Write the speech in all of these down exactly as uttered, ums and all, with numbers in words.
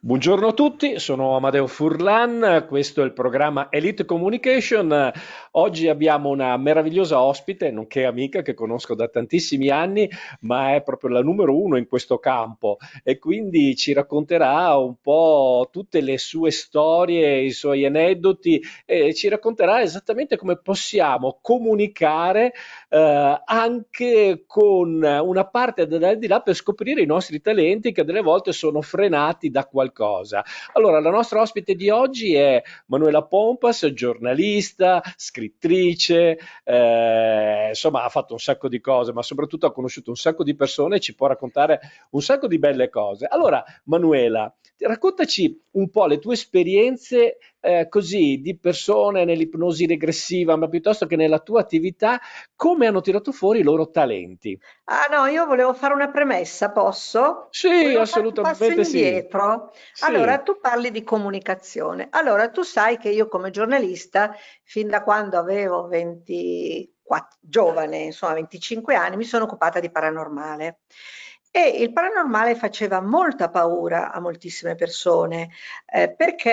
Buongiorno a tutti, sono Amadeo Furlan, questo è il programma Elite Communication. Oggi abbiamo una meravigliosa ospite, nonché amica che conosco da tantissimi anni, ma è proprio la numero uno in questo campo e quindi ci racconterà un po' tutte le sue storie, i suoi aneddoti e ci racconterà esattamente come possiamo comunicare eh, anche con una parte da di là per scoprire i nostri talenti che delle volte sono frenati da qualcosa. Allora, la nostra ospite di oggi è Manuela Pompas, giornalista, scrittrice, eh, insomma ha fatto un sacco di cose, ma soprattutto ha conosciuto un sacco di persone e ci può raccontare un sacco di belle cose. Allora, Manuela, raccontaci un po' le tue esperienze eh, così di persone nell'ipnosi regressiva, ma piuttosto che nella tua attività, come hanno tirato fuori i loro talenti. Ah no, io volevo fare una premessa, posso? Sì, Volevo fare un passo assolutamente sì. indietro. Allora, Sì, tu parli di comunicazione. Allora, tu sai che io come giornalista, fin da quando avevo ventiquattro, giovane, insomma venticinque anni, mi sono occupata di paranormale. E il paranormale faceva molta paura a moltissime persone, eh, perché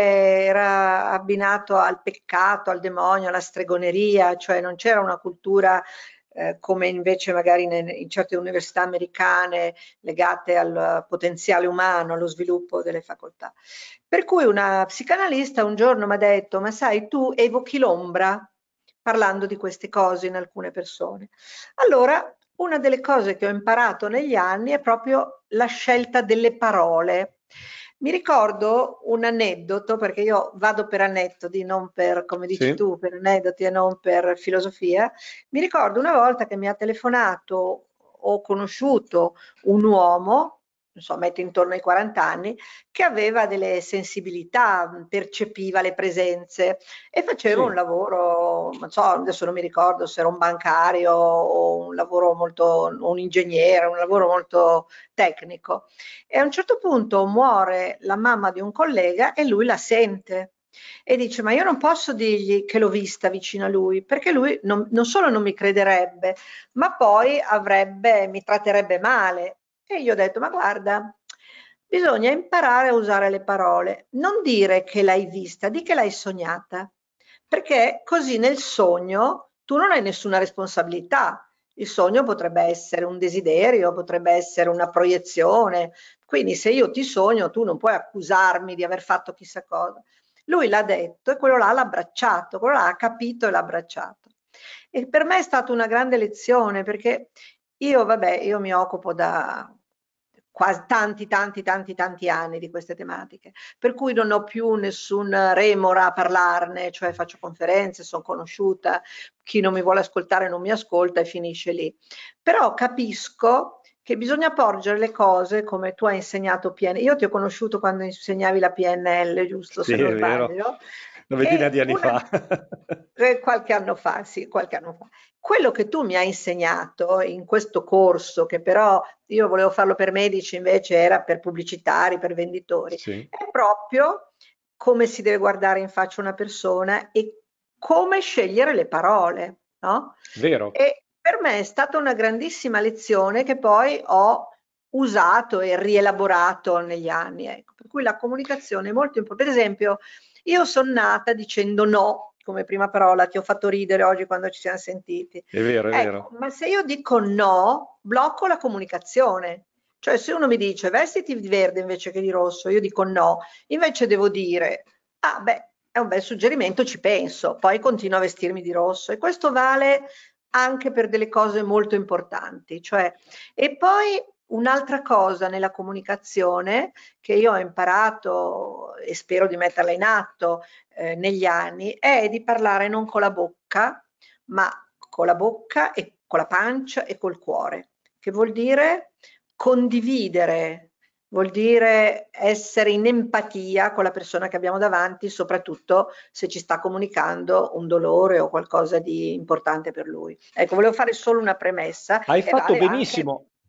era abbinato al peccato, al demonio, alla stregoneria, cioè non c'era una cultura eh, come invece magari in, in certe università americane legate al potenziale umano, allo sviluppo delle facoltà. Per cui una psicanalista un giorno mi ha detto, ma sai, tu evochi l'ombra parlando di queste cose in alcune persone. Allora, una delle cose che ho imparato negli anni è proprio la scelta delle parole. Mi ricordo un aneddoto, perché io vado per aneddoti, non per, come dici sì, tu, per aneddoti e non per filosofia. Mi ricordo una volta che mi ha telefonato, ho conosciuto un uomo, insomma, metto intorno ai quaranta anni, che aveva delle sensibilità, percepiva le presenze e faceva un sì, lavoro, non so, adesso non mi ricordo se era un bancario o un lavoro molto, un ingegnere, un lavoro molto tecnico. E a un certo punto muore la mamma di un collega e lui la sente. E dice: Ma io non posso dirgli che l'ho vista vicino a lui, perché lui non, non solo non mi crederebbe, ma poi avrebbe, mi tratterebbe male. E io ho detto: Ma guarda, bisogna imparare a usare le parole, non dire che l'hai vista, di che l'hai sognata, perché così nel sogno tu non hai nessuna responsabilità. Il sogno potrebbe essere un desiderio, potrebbe essere una proiezione, quindi se io ti sogno tu non puoi accusarmi di aver fatto chissà cosa. Lui l'ha detto e quello là l'ha abbracciato, quello là ha capito e l'ha abbracciato. E per me è stata una grande lezione perché io, vabbè, io mi occupo da quasi tanti, tanti, tanti, tanti anni di queste tematiche, per cui non ho più nessun remora a parlarne, cioè faccio conferenze, sono conosciuta, chi non mi vuole ascoltare non mi ascolta e finisce lì. Però capisco che bisogna porgere le cose come tu hai insegnato P N L. Io ti ho conosciuto quando insegnavi la P N L, giusto, sì, se non è vero. sbaglio, Una ventina e di anni una, fa. eh, qualche anno fa, sì, qualche anno fa. Quello che tu mi hai insegnato in questo corso, che però io volevo farlo per medici, invece era per pubblicitari, per venditori, Sì, è proprio come si deve guardare in faccia una persona e come scegliere le parole, no? vero. E per me è stata una grandissima lezione che poi ho usato e rielaborato negli anni, ecco. Per cui la comunicazione è molto importante. Per esempio, io sono nata dicendo no come prima parola, ti ho fatto ridere oggi quando ci siamo sentiti. È vero, è Ecco, vero. ma se io dico no, blocco la comunicazione. Cioè, se uno mi dice vestiti di verde invece che di rosso, io dico no. Invece devo dire, ah beh, è un bel suggerimento, ci penso, poi continuo a vestirmi di rosso. E questo vale anche per delle cose molto importanti. Cioè, e poi un'altra cosa nella comunicazione che io ho imparato e spero di metterla in atto eh, negli anni è di parlare non con la bocca, ma con la bocca e con la pancia e col cuore, che vuol dire condividere, vuol dire essere in empatia con la persona che abbiamo davanti, soprattutto se ci sta comunicando un dolore o qualcosa di importante per lui. Ecco, volevo fare solo una premessa Hai e fatto vale anche. benissimo.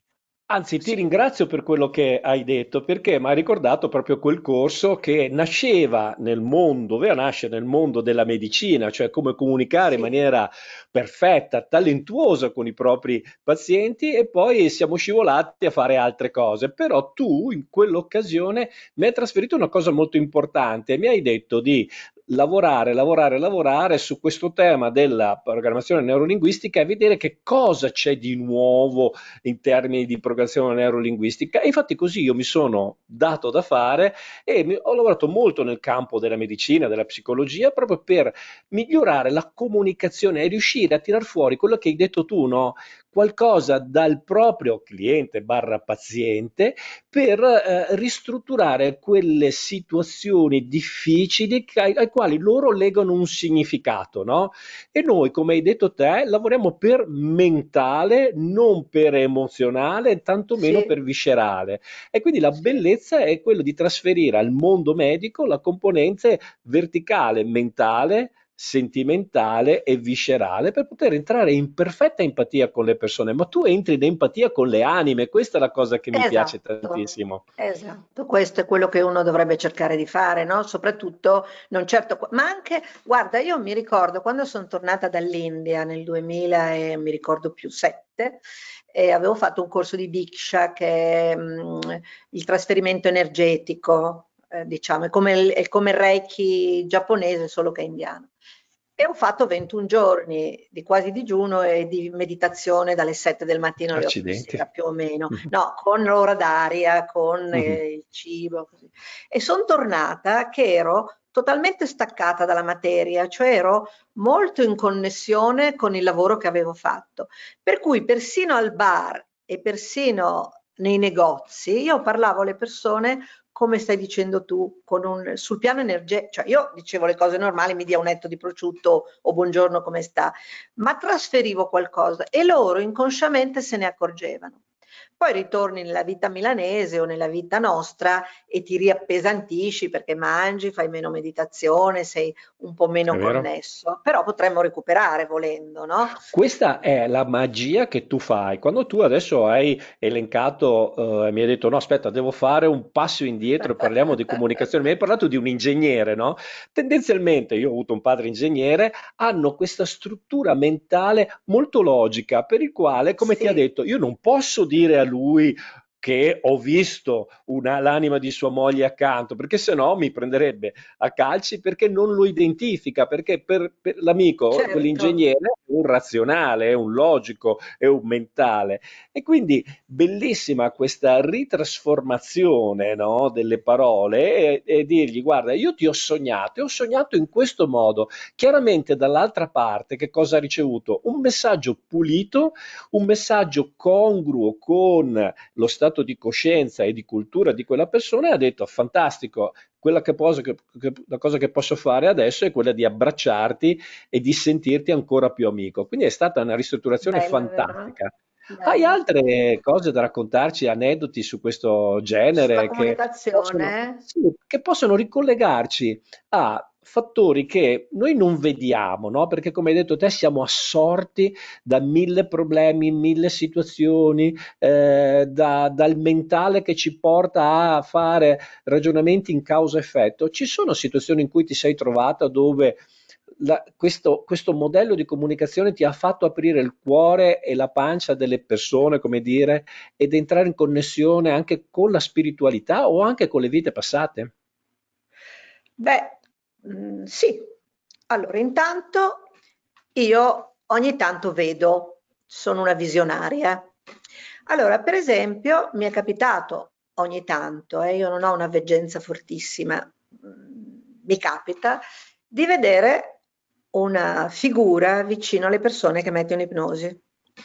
Anzi, ti Sì, ringrazio per quello che hai detto, perché mi hai ricordato proprio quel corso che nasceva nel mondo, doveva nascere nel mondo della medicina, cioè come comunicare in sì, maniera perfetta, talentuosa con i propri pazienti e poi siamo scivolati a fare altre cose. Però tu in quell'occasione mi hai trasferito una cosa molto importante, mi hai detto di lavorare, lavorare, lavorare su questo tema della programmazione neurolinguistica e vedere che cosa c'è di nuovo in termini di programmazione neurolinguistica. E infatti così io mi sono dato da fare e mi- ho lavorato molto nel campo della medicina, della psicologia, proprio per migliorare la comunicazione e riuscire a tirar fuori quello che hai detto tu, no? Qualcosa dal proprio cliente barra paziente per eh, ristrutturare quelle situazioni difficili che- ai, ai quali loro legano un significato, no? E noi, come hai detto te, lavoriamo per mentale, non per emozionale, tantomeno sì, per viscerale. E quindi la sì. bellezza è quello di trasferire al mondo medico la componente verticale, mentale, sentimentale e viscerale per poter entrare in perfetta empatia con le persone. Ma tu entri in empatia con le anime, questa è la cosa che mi piace Esatto, tantissimo. esatto, questo è quello che uno dovrebbe cercare di fare, no? Soprattutto, non certo, qua- ma anche, guarda, io mi ricordo quando sono tornata dall'India nel duemila e mi ricordo più sette, e avevo fatto un corso di Diksha che è mm, il trasferimento energetico, eh, diciamo, è come il, è come il Reiki giapponese, solo che è indiano. E ho fatto ventuno giorni di quasi digiuno e di meditazione dalle sette del mattino alle otto di Accidenti. sera, più o meno. Mhm. No, con l'ora d'aria, con Mhm. eh, il cibo, così. E sono tornata che ero totalmente staccata dalla materia, cioè ero molto in connessione con il lavoro che avevo fatto. Per cui persino al bar e persino nei negozi io parlavo alle persone come stai dicendo tu, con un, sul piano energetico, cioè io dicevo le cose normali, mi dia un etto di prosciutto o buongiorno come sta, ma trasferivo qualcosa e loro inconsciamente se ne accorgevano. Poi ritorni nella vita milanese o nella vita nostra e ti riappesantisci perché mangi, fai meno meditazione, sei un po' È meno vero? connesso, però potremmo recuperare volendo, no? Questa è la magia che tu fai. Quando tu adesso hai elencato, eh, mi hai detto no, aspetta, devo fare un passo indietro e parliamo di comunicazione. Mi hai parlato di un ingegnere, no? Tendenzialmente, io ho avuto un padre ingegnere, hanno questa struttura mentale molto logica, per il quale, come ti ha Sì, detto, io non posso dire a lui che ho visto una- l'anima di sua moglie accanto, perché sennò mi prenderebbe a calci perché non lo identifica, perché per, per l'amico, certo. quell'ingegnere è un razionale, è un logico, è un mentale. E quindi bellissima questa ritrasformazione, no, delle parole e, e dirgli guarda, io ti ho sognato e ho sognato in questo modo. Chiaramente dall'altra parte che cosa ha ricevuto? Un messaggio pulito, un messaggio congruo con lo stato di coscienza e di cultura di quella persona e ha detto fantastico, quella che posso, che, che, la cosa che posso fare adesso è quella di abbracciarti e di sentirti ancora più amico. Quindi è stata una ristrutturazione Bello, vero? fantastica. Hai Bello. altre cose da raccontarci, aneddoti su questo Sulla genere che possono, comunicazione? sì, che possono ricollegarci a fattori che noi non vediamo, no? Perché come hai detto te siamo assorti da mille problemi, mille situazioni, eh, da- dal mentale che ci porta a fare ragionamenti in causa-effetto. Ci sono situazioni in cui ti sei trovata dove la- questo, questo modello di comunicazione ti ha fatto aprire il cuore e la pancia delle persone, come dire, ed entrare in connessione anche con la spiritualità o anche con le vite passate? Beh, mhmm, sì. Allora, intanto io ogni tanto vedo, sono una visionaria. Allora, per esempio, mi è capitato ogni tanto, eh, io non ho una veggenza fortissima, mhmm, mi capita di vedere una figura vicino alle persone che metto in ipnosi.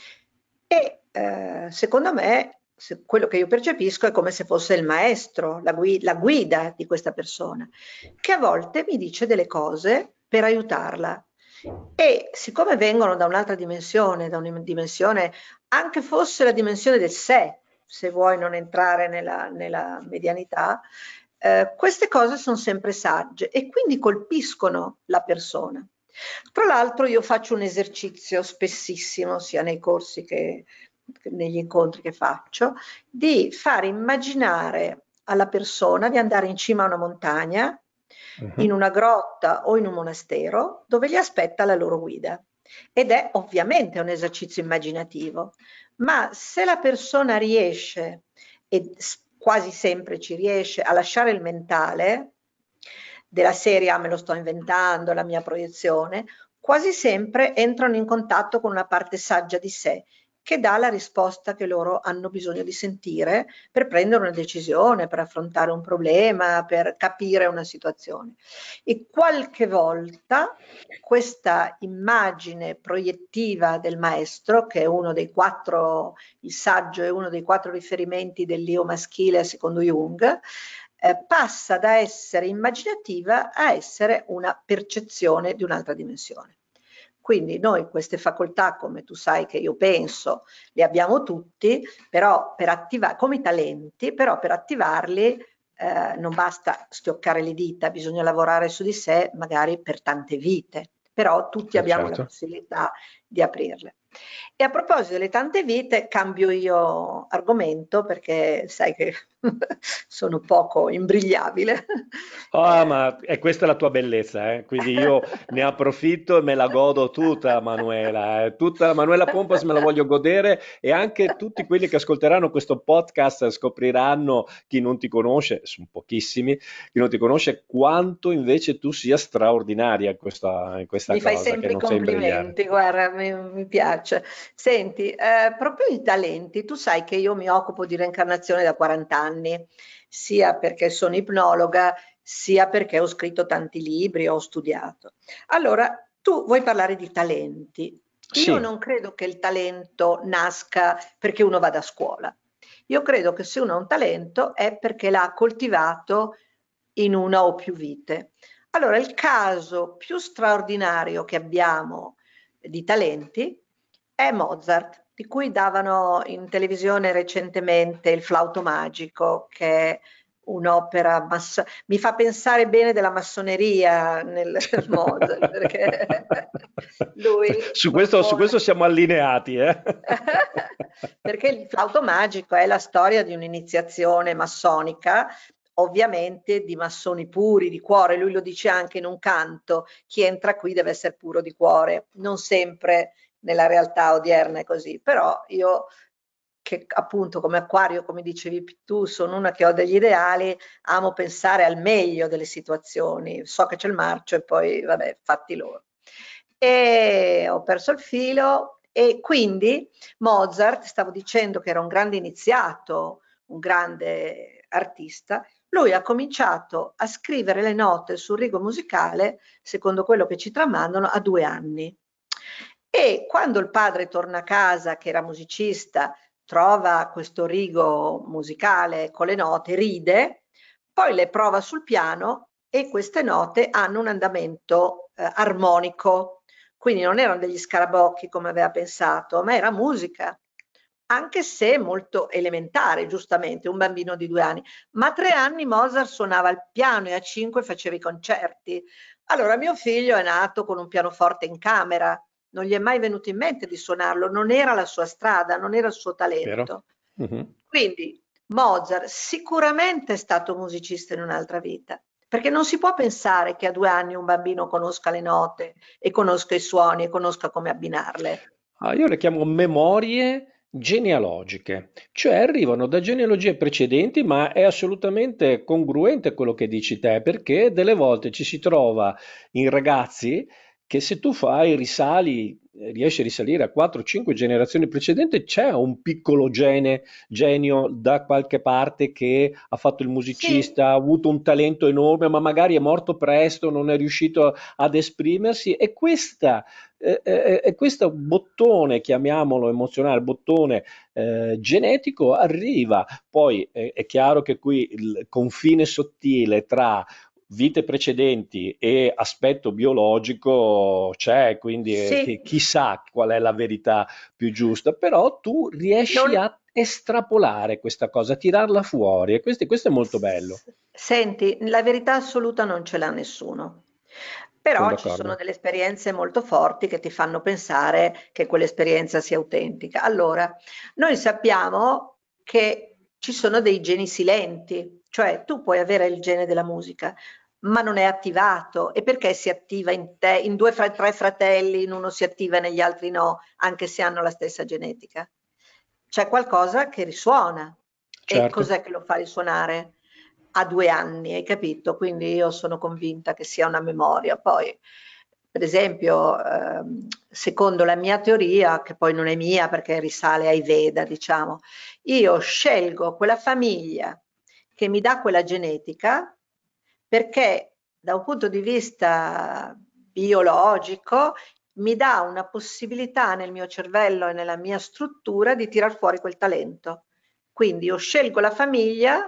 E eh, secondo me se- quello che io percepisco è come se fosse il maestro, la, gui- la guida di questa persona, che a volte mi dice delle cose per aiutarla. E siccome vengono da un'altra dimensione, da una dimensione, anche fosse la dimensione del sé, se vuoi non entrare nella, nella medianità, eh, queste cose sono sempre sagge e quindi colpiscono la persona. Tra l'altro io faccio un esercizio spessissimo, sia nei corsi che negli incontri che faccio, di far immaginare alla persona di andare in cima a una montagna, in Mhm. una grotta o in un monastero, dove li aspetta la loro guida. Ed è ovviamente un esercizio immaginativo, ma se la persona riesce, e quasi sempre ci riesce, a lasciare il mentale, della serie "ah, me lo sto inventando, la mia proiezione", quasi sempre entrano in contatto con una parte saggia di sé che dà la risposta che loro hanno bisogno di sentire per prendere una decisione, per affrontare un problema, per capire una situazione. E qualche volta questa immagine proiettiva del maestro, che è uno dei quattro, il saggio è uno dei quattro riferimenti dell'io maschile secondo Jung, eh, passa da essere immaginativa a essere una percezione di un'altra dimensione. Quindi noi queste facoltà, come tu sai che io penso, le abbiamo tutti, però per attivare, come i talenti, però per attivarli eh, non basta schioccare le dita, bisogna lavorare su di sé magari per tante vite, però tutti Eh, abbiamo la certo. possibilità di aprirle. E a proposito delle tante vite, cambio io argomento perché sai che sono poco imbrigliabile. Ah, Eh, ma e questa è la tua bellezza, eh? Quindi io ne approfitto e me la godo tutta, Manuela. eh. Tutta la Manuela Pompas me la voglio godere e anche tutti quelli che ascolteranno questo podcast scopriranno, chi non ti conosce, sono pochissimi, chi non ti conosce, quanto invece tu sia straordinaria in questa, in questa Mi fai cosa, che sempre i non sai imbrigliare. complimenti, guarda, mi, mi piace. Senti, eh, proprio i talenti, tu sai che io mi occupo di reincarnazione da quaranta anni, sia perché sono ipnologa, sia perché ho scritto tanti libri, ho studiato. Allora, tu vuoi parlare di talenti. Io Sì, non credo che il talento nasca perché uno vada a scuola. Io credo che se uno ha un talento è perché l'ha coltivato in una o più vite. Allora, il caso più straordinario che abbiamo di talenti è Mozart, di cui davano in televisione recentemente il Flauto Magico, che è un'opera, masso- mi fa pensare bene della massoneria nel Mozart, perché lui su questo, su questo propone siamo allineati, eh? perché il flauto magico è la storia di un'iniziazione massonica, ovviamente di massoni puri, di cuore, lui lo dice anche in un canto, chi entra qui deve essere puro di cuore, non sempre nella realtà odierna è così, però io che appunto come acquario, come dicevi tu, sono una che ho degli ideali, amo pensare al meglio delle situazioni, so che c'è il marcio e poi vabbè, fatti loro. E ho perso il filo e quindi Mozart, stavo dicendo che era un grande iniziato, un grande artista, lui ha cominciato a scrivere le note sul rigo musicale, secondo quello che ci tramandano, a due anni. E quando il padre torna a casa, che era musicista, trova questo rigo musicale con le note, ride, poi le prova sul piano e queste note hanno un andamento eh, armonico, quindi non erano degli scarabocchi come aveva pensato, ma era musica, anche se molto elementare, giustamente, un bambino di due anni. Ma a tre anni Mozart suonava il piano e a cinque faceva i concerti. Allora mio figlio è nato con un pianoforte in camera, non gli è mai venuto in mente di suonarlo, non era la sua strada, non era il suo Vero? talento. Mhm. Quindi Mozart sicuramente è stato musicista in un'altra vita, perché non si può pensare che a due anni un bambino conosca le note e conosca i suoni e conosca come abbinarle. Ah, io le chiamo memorie genealogiche, cioè arrivano da genealogie precedenti, ma è assolutamente congruente quello che dici te, perché delle volte ci si trova in ragazzi che se tu fai risali, eh, riesci a risalire a quattro cinque generazioni precedenti, c'è un piccolo gene, genio da qualche parte che ha fatto il Sì, musicista, ha avuto un talento enorme, ma magari è morto presto, non è riuscito ad esprimersi e questa e, e- e questo bottone, chiamiamolo emozionale, bottone eh, genetico arriva. Poi eh, è chiaro che qui il confine sottile tra vite precedenti e aspetto biologico c'è, quindi eh, sì, chi- chissà qual è la verità più giusta, però tu riesci non, a estrapolare questa cosa, a tirarla fuori e questo, questo è molto bello. S- Senti, la verità assoluta non ce l'ha nessuno. sono Però ci sono d'accordo. delle esperienze molto forti che ti fanno pensare che quell'esperienza sia autentica. Allora, noi sappiamo che ci sono dei geni silenti, cioè tu puoi avere il gene della musica, ma non è attivato. E perché si attiva in te, in due fra tre fratelli, in uno si attiva e negli altri no, anche se hanno la stessa genetica? C'è qualcosa che risuona. E Certo. cos'è che lo fa risuonare? A due anni, hai capito? Quindi io sono convinta che sia una memoria. Poi, per esempio, ehm, secondo la mia teoria, che poi non è mia perché risale ai Veda, diciamo, io scelgo quella famiglia che mi dà quella genetica perché da un punto di vista biologico mi dà una possibilità nel mio cervello e nella mia struttura di tirar fuori quel talento. Quindi io scelgo la famiglia,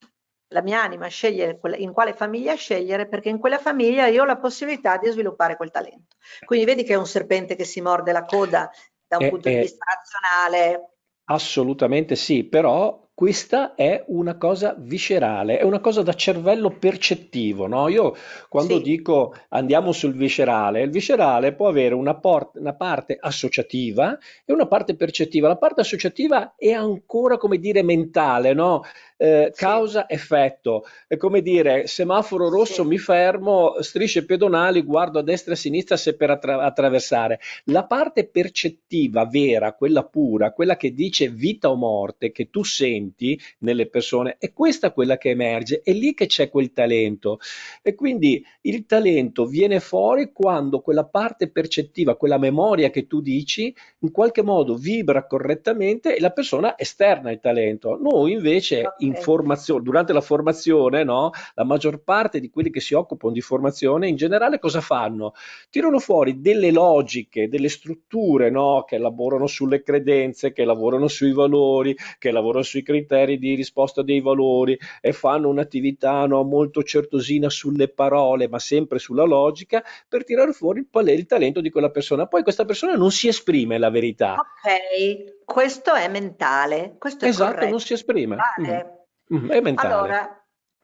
la mia anima sceglie quella- in quale famiglia scegliere, perché in quella famiglia io ho la possibilità di sviluppare quel talento. Quindi vedi che è un serpente che si morde la coda da un È, punto di è- vista razionale. Assolutamente sì, però questa è una cosa viscerale, è una cosa da cervello percettivo, no? Io quando Sì, dico andiamo sul viscerale, il viscerale può avere una, por- una parte associativa e una parte percettiva. La parte associativa è ancora, come dire, mentale, no? Eh, sì, causa-effetto. È come dire, semaforo rosso, sì, mi fermo, strisce pedonali, guardo a destra e a sinistra se per attra- attraversare. La parte percettiva vera, quella pura, quella che dice vita o morte, che tu senti nelle persone, è questa quella che emerge, è lì che c'è quel talento. E quindi il talento viene fuori quando quella parte percettiva, quella memoria che tu dici, in qualche modo vibra correttamente e la persona esterna il talento. Noi invece in ok. formazione, durante la formazione, no, la maggior parte di quelli che si occupano di formazione in generale cosa fanno? Tirano fuori delle logiche, delle strutture, no? Che lavorano sulle credenze, che lavorano sui valori, che lavorano sui criteri di risposta dei valori e fanno un'attività, no, molto certosina sulle parole, ma sempre sulla logica, per tirare fuori il, pale- il talento di quella persona. Poi questa persona non si esprime la verità. Ok, questo è mentale, questo è Esatto, non corretto. si esprime. Mm. Vale. Mm, è mentale. Allora,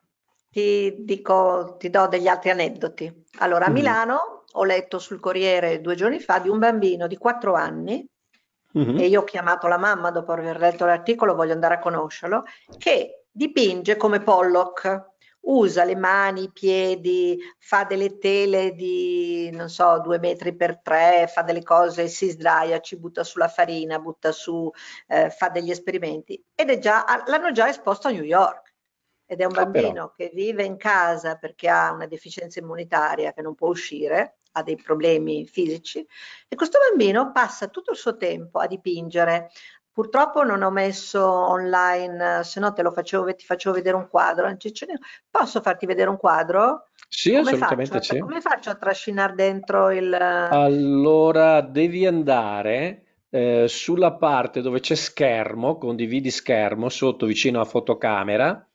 ti dico, ti do degli altri aneddoti. Allora, a Mhm. Milano ho letto sul Corriere due giorni fa di un bambino di quattro anni, e Mhm. io ho chiamato la mamma dopo aver letto l'articolo, voglio andare a conoscerlo, che dipinge come Pollock. Usa le mani, i piedi, fa delle tele di, non so, due metri per tre, fa delle cose, si sdraia, ci butta sulla farina, butta su, eh, fa degli esperimenti. Ed è già, l'hanno già esposto a New York. Ed è un Ah, però. bambino che vive in casa perché ha una deficienza immunitaria, che non può uscire, ha dei problemi fisici, e questo bambino passa tutto il suo tempo a dipingere. Purtroppo non ho messo online, se no te lo facevo, ti facevo vedere un quadro. in Ciccione- Posso farti vedere un quadro? Sì, Come faccio assolutamente a, sì. come faccio a trascinare dentro il... Allora devi andare eh, sulla parte dove c'è schermo, condividi schermo, sotto vicino a fotocamera,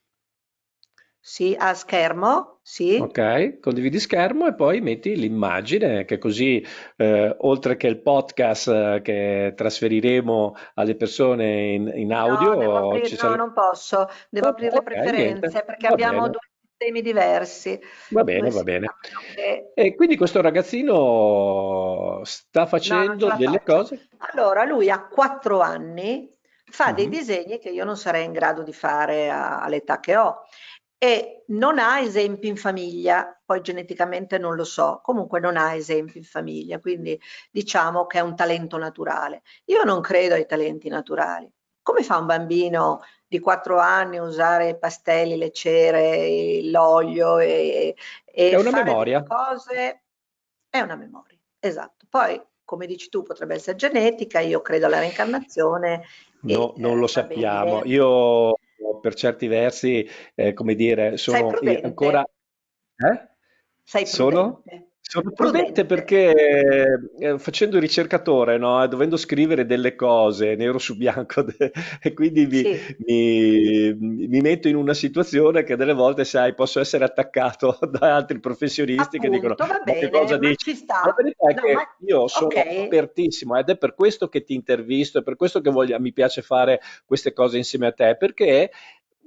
Sì, a schermo? Sì. ok? Condividi schermo e poi metti l'immagine, che così eh, oltre che il podcast eh, che trasferiremo alle persone in, in No, devo audio, aprire, ci no, sarà... non posso, devo Oh, aprire le ok, niente, preferenze perché va abbiamo bene. due sistemi diversi. Va Due bene, va sistemi, bene. a meno che... E quindi questo ragazzino sta No, non ce facendo la delle faccio. cose. Allora, lui a quattro anni fa dei Mhm. disegni che io non sarei in grado di fare a- all'età che ho, e non ha esempi in famiglia, poi geneticamente non lo so, comunque non ha esempi in famiglia, quindi diciamo che è un talento naturale. Io non credo ai talenti naturali. Come fa un bambino di quattro anni a usare i pastelli, le cere, l'olio e, È e una fare delle memoria. cose? È una memoria, esatto. Poi, come dici tu, potrebbe essere genetica, io credo alla reincarnazione e No, non lo eh, va sappiamo. bene. Io per certi versi, eh, come dire, Sei sono i- prudente, ancora... Eh? sei Sono? prudente, Sono prudente prudente. perché eh, facendo il ricercatore, no, e dovendo scrivere delle cose nero su bianco, de- e quindi mi, Sì, mi- mi metto in una situazione che delle volte, sai, posso essere attaccato da altri professionisti che dicono: appunto, va Ma che bene, cosa ma dici? ci Ma la sta. verità è No, ma che io sono ok, apertissimo ed è per questo che ti intervisto, è per questo che voglio- mi piace fare queste cose insieme a te, perché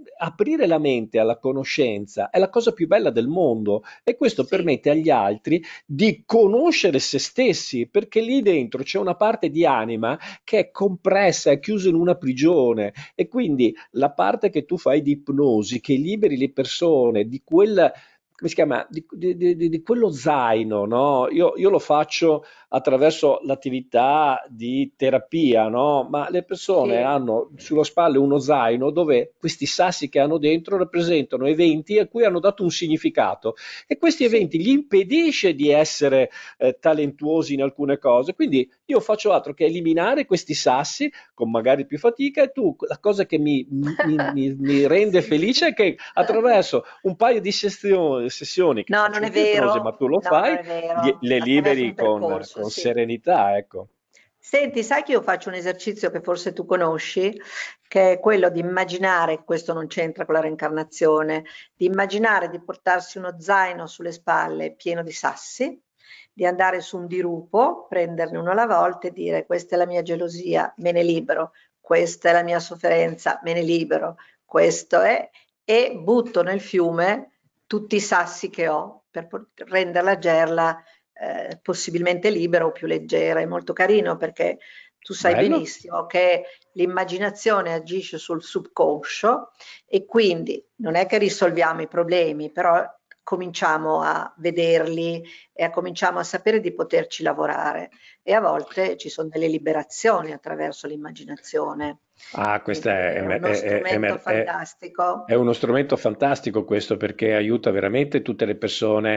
aprire la mente alla conoscenza è la cosa più bella del mondo e questo Sì, permette agli altri di conoscere se stessi, perché lì dentro c'è una parte di anima che è compressa, è chiusa in una prigione e quindi la parte che tu fai di ipnosi, che liberi le persone di quel, come si chiama, di, di- di- di- di quello zaino, no? Io, io lo faccio attraverso l'attività di terapia, no? Ma le persone sì, hanno sulle spalle uno zaino dove questi sassi che hanno dentro rappresentano eventi a cui hanno dato un significato e questi sì. eventi gli impedisce di essere eh, talentuosi in alcune cose. Quindi io faccio altro che eliminare questi sassi con magari più fatica e tu la cosa che mi, mi- mi- mi rende Sì. felice è che attraverso un paio di sessioni, sessioni che No, non faccio è anche ipnosi, ma vero, tu lo no, non fai, è li- vero. le Attraverso liberi un con, percorso, con sì. serenità, ecco. Senti, sai che io faccio un esercizio che forse tu conosci, che è quello di immaginare, questo non c'entra con la reincarnazione, di immaginare di portarsi uno zaino sulle spalle pieno di sassi, di andare su un dirupo, prenderne uno alla volta e dire questa è la mia gelosia, me ne libero, questa è la mia sofferenza, me ne libero, questo è, e butto nel fiume tutti i sassi che ho per pot- rendere la gerla eh, possibilmente libera o più leggera. È molto carino perché tu sai Bello? benissimo che l'immaginazione agisce sul subconscio e quindi non è che risolviamo i problemi, però cominciamo a vederli e a cominciamo a sapere di poterci lavorare e a volte ci sono delle liberazioni attraverso l'immaginazione. Ah, questo Quindi è, è è- uno è- strumento è- è- è fantastico. uno strumento fantastico questo perché aiuta veramente tutte le persone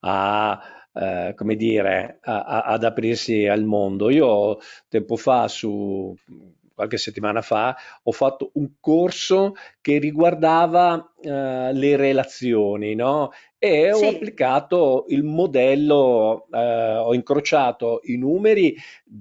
a, eh, come dire, a- a- ad aprirsi al mondo. Io tempo fa, su qualche settimana fa, ho fatto un corso che riguardava eh, le relazioni, no? E ho Sì, applicato il modello, eh, ho incrociato i numeri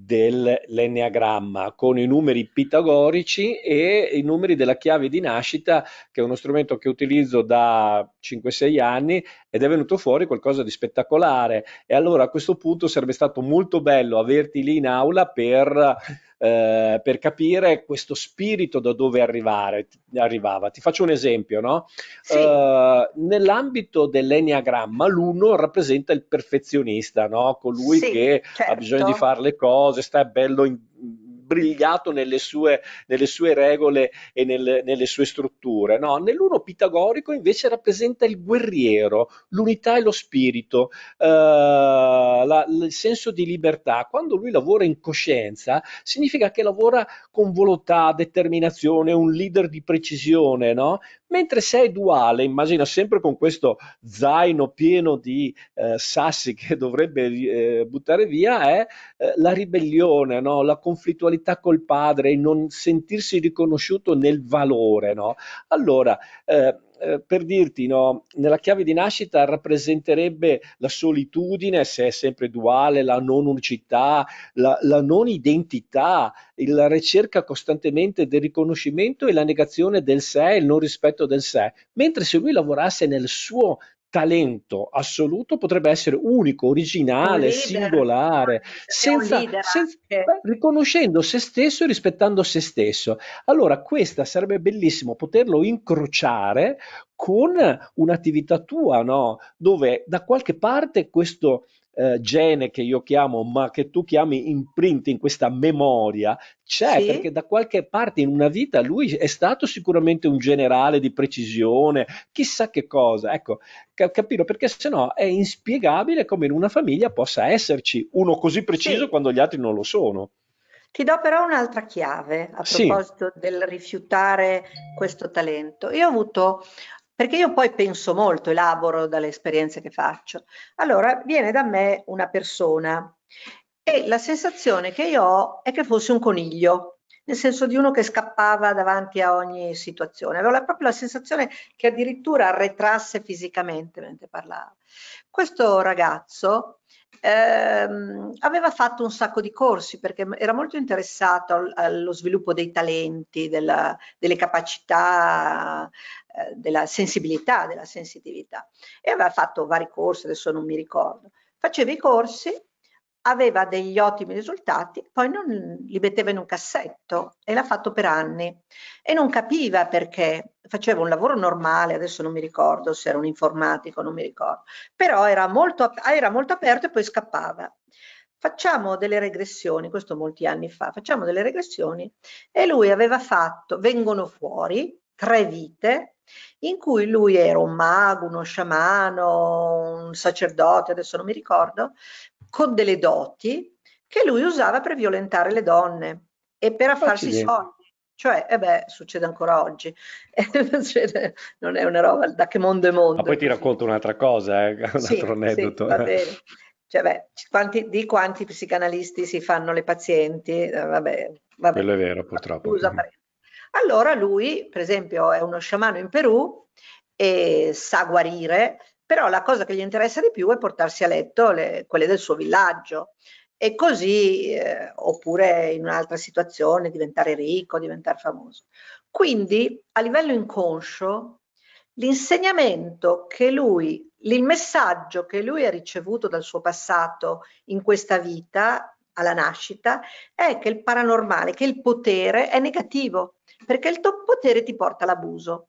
dell'enneagramma con i numeri pitagorici e i numeri della chiave di nascita, che è uno strumento che utilizzo da cinque sei anni ed è venuto fuori qualcosa di spettacolare. E allora a questo punto sarebbe stato molto bello averti lì in aula per, eh, per capire questo spirito da dove arrivare, arrivava. Ti faccio un esempio, no? sì, Eh, nell'ambito dell'enneagramma, l'uno rappresenta il perfezionista, no? Colui sì, che ha bisogno di certo. fare le cose, sta bello in- brigliato nelle sue, nelle sue regole e nelle, nelle sue strutture. No, nell'uno pitagorico invece rappresenta il guerriero, l'unità e lo spirito, eh, la- il senso di libertà. Quando lui lavora in coscienza, significa che lavora con volontà, determinazione, un leader di precisione, no? Mentre se è duale, immagina sempre con questo zaino pieno di eh, sassi che dovrebbe eh, buttare via, è eh, la ribellione, no? La conflittualità col padre, il non sentirsi riconosciuto nel valore. No? Allora, eh, eh, per dirti, no, nella chiave di nascita rappresenterebbe la solitudine, se è sempre duale, la non unicità, la, la non identità, la ricerca costantemente del riconoscimento e la negazione del sé, il non rispetto del sé. Mentre se lui lavorasse nel suo talento assoluto potrebbe essere unico, Un originale, leader, un singolare, leader, è un senza, leader senza- anche. beh, riconoscendo se stesso e rispettando se stesso. Allora, questa sarebbe bellissimo poterlo incrociare con un'attività tua, no? Dove da qualche parte questo eh, gene che io chiamo, ma che tu chiami imprinting, questa memoria, c'è perché Sì, da qualche parte in una vita lui è stato sicuramente un generale di precisione, chissà che cosa. Ecco, ca- capito? Perché sennò è inspiegabile come in una famiglia possa esserci uno così preciso sì. quando gli altri non lo sono. Ti do però un'altra chiave a Sì, proposito del rifiutare questo talento. Io ho avuto, perché io poi penso molto, elaboro dalle esperienze che faccio. Allora, viene da me una persona e la sensazione che io ho è che fosse un coniglio, nel senso di uno che scappava davanti a ogni situazione. Avevo la- proprio la sensazione che addirittura arretrasse fisicamente mentre parlava. Questo ragazzo ehm, aveva fatto un sacco di corsi perché era molto interessato al- allo sviluppo dei talenti, della- delle capacità, eh, della sensibilità, della sensitività e aveva fatto vari corsi, adesso non mi ricordo. Faceva i corsi, aveva degli ottimi risultati, poi non li metteva in un cassetto e l'ha fatto per anni e non capiva perché faceva un lavoro normale, adesso non mi ricordo se era un informatico, non mi ricordo, però era molto, ap- era molto aperto e poi scappava. Facciamo delle regressioni, questo molti anni fa, facciamo delle regressioni e lui aveva fatto, vengono fuori tre vite in cui lui era un mago, uno sciamano, un sacerdote, adesso non mi ricordo, con delle doti che lui usava per violentare le donne e per farsi Accidenti. soldi. Cioè, e beh, succede ancora oggi. Succede- non è una roba da che mondo è Ma mondo, poi è ti così. racconto un'altra cosa, eh, un altro Sì, sì, aneddoto. va bene. Cioè, beh, c- quanti, di quanti psicanalisti si fanno le pazienti? Eh, vabbè, vabbè, Quello è vero, vabbè, purtroppo. scusa. pare- Allora lui, per esempio, è uno sciamano in Perù e sa guarire, però la cosa che gli interessa di più è portarsi a letto le- quelle del suo villaggio. E così, eh, oppure in un'altra situazione, diventare ricco, diventare famoso. Quindi, a livello inconscio, l'insegnamento che lui, il messaggio che lui ha ricevuto dal suo passato in questa vita, alla nascita, è che il paranormale, che il potere è negativo, perché il tuo potere ti porta all'abuso.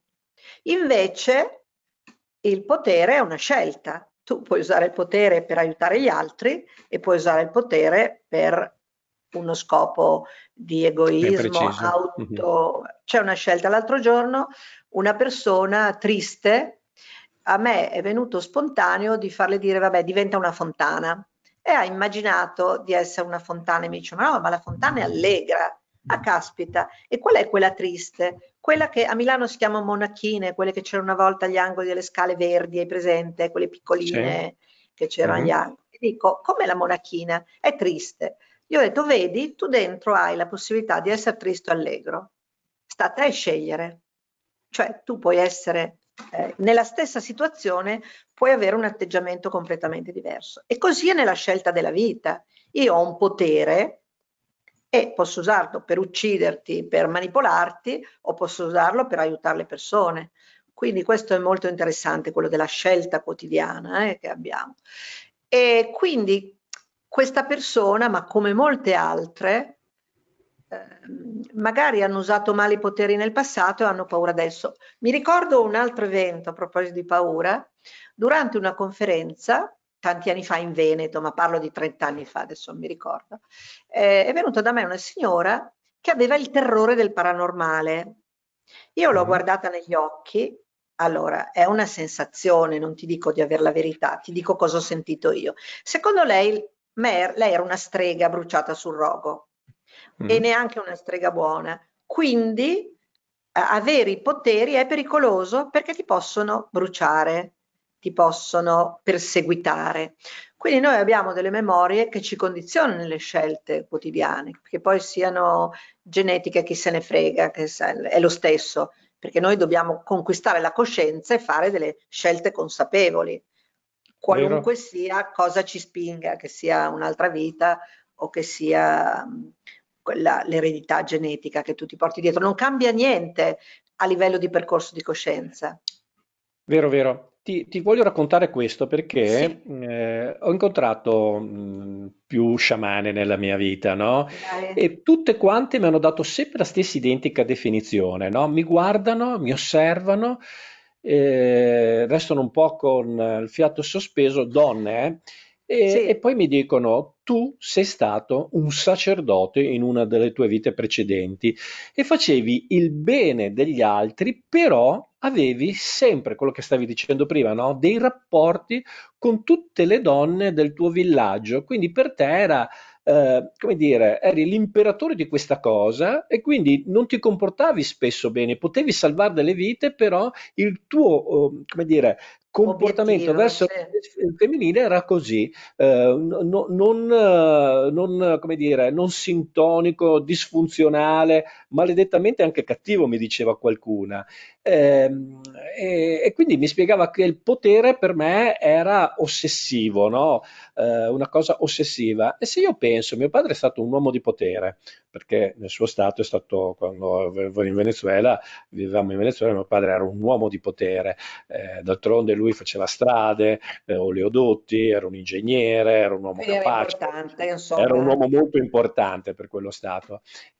Invece il potere è una scelta. Tu puoi usare il potere per aiutare gli altri e puoi usare il potere per uno scopo di Ben egoismo, preciso. Mhm. auto. C'è una scelta. L'altro giorno una persona triste, a me è venuto spontaneo di farle dire, vabbè, diventa una fontana. E ha immaginato di essere una fontana e mi dice, ma no, ma la fontana è allegra. Ah, caspita, e qual è quella triste? Quella che a Milano si chiama monachine, quelle che c'erano una volta agli angoli delle scale verdi, hai presente? Quelle Sì. piccoline che c'erano agli Mhm. angoli. E dico, come la monachina? È triste. Io ho detto, vedi, tu dentro hai la possibilità di essere triste o allegro. Sta a te scegliere. Cioè, tu puoi essere eh, nella stessa situazione, puoi avere un atteggiamento completamente diverso. E così è nella scelta della vita. Io ho un potere e posso usarlo per ucciderti, per manipolarti, o posso usarlo per aiutare le persone. Quindi questo è molto interessante, quello della scelta quotidiana eh, che abbiamo. E quindi questa persona, ma come molte altre, ehm, magari hanno usato male i poteri nel passato e hanno paura adesso. Mi ricordo un altro evento a proposito di paura, durante una conferenza, tanti anni fa in Veneto, ma parlo di trenta anni fa, adesso non mi ricordo, eh, è venuta da me una signora che aveva il terrore del paranormale. Io l'ho Mhm. guardata negli occhi, allora è una sensazione, non ti dico di avere la verità, ti dico cosa ho sentito io. Secondo lei, me- lei era una strega bruciata sul rogo e Mhm. neanche una strega buona. Quindi eh, avere i poteri è pericoloso perché ti possono bruciare, ti possono perseguitare. Quindi noi abbiamo delle memorie che ci condizionano nelle scelte quotidiane, che poi siano genetiche, chi se ne frega, che è lo stesso, perché noi dobbiamo conquistare la coscienza e fare delle scelte consapevoli, qualunque Vero? sia cosa ci spinga, che sia un'altra vita o che sia mh, quella, l'eredità genetica che tu ti porti dietro. Non cambia niente a livello di percorso di coscienza. Vero, vero. Ti, ti voglio raccontare questo perché Sì, eh, ho incontrato mh, più sciamane nella mia vita, no? dai. E tutte quante mi hanno dato sempre la stessa identica definizione, no? Mi guardano, mi osservano, eh, restano un po' con eh, il fiato sospeso, donne, eh, e, e Sì, poi mi dicono: Tu sei stato un sacerdote in una delle tue vite precedenti e facevi il bene degli altri, però avevi sempre quello che stavi dicendo prima, no? Dei rapporti con tutte le donne del tuo villaggio. Quindi per te era, eh, come dire, eri l'imperatore di questa cosa e quindi non ti comportavi spesso bene, potevi salvare delle vite, però il tuo, oh, come dire, comportamento obiettivo, verso sì. il femminile era così, eh, no- non, eh, non, come dire, non sintonico, disfunzionale, maledettamente anche cattivo, mi diceva qualcuna. Ehm, e, e quindi mi spiegava che il potere per me era ossessivo, no? Eh, una cosa ossessiva. E se io penso, mio padre è stato un uomo di potere, perché nel suo stato è stato, quando avevo in Venezuela, vivevamo in Venezuela, mio padre era un uomo di potere, eh, d'altronde lui faceva strade, eh, oleodotti, era un ingegnere, era un uomo Quindi era capace, importante, era un insomma. uomo molto importante per quello Stato.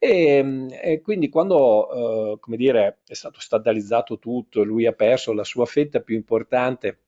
E, e quindi quando, eh, come dire, è stato statalizzato tutto, lui ha perso la sua fetta più importante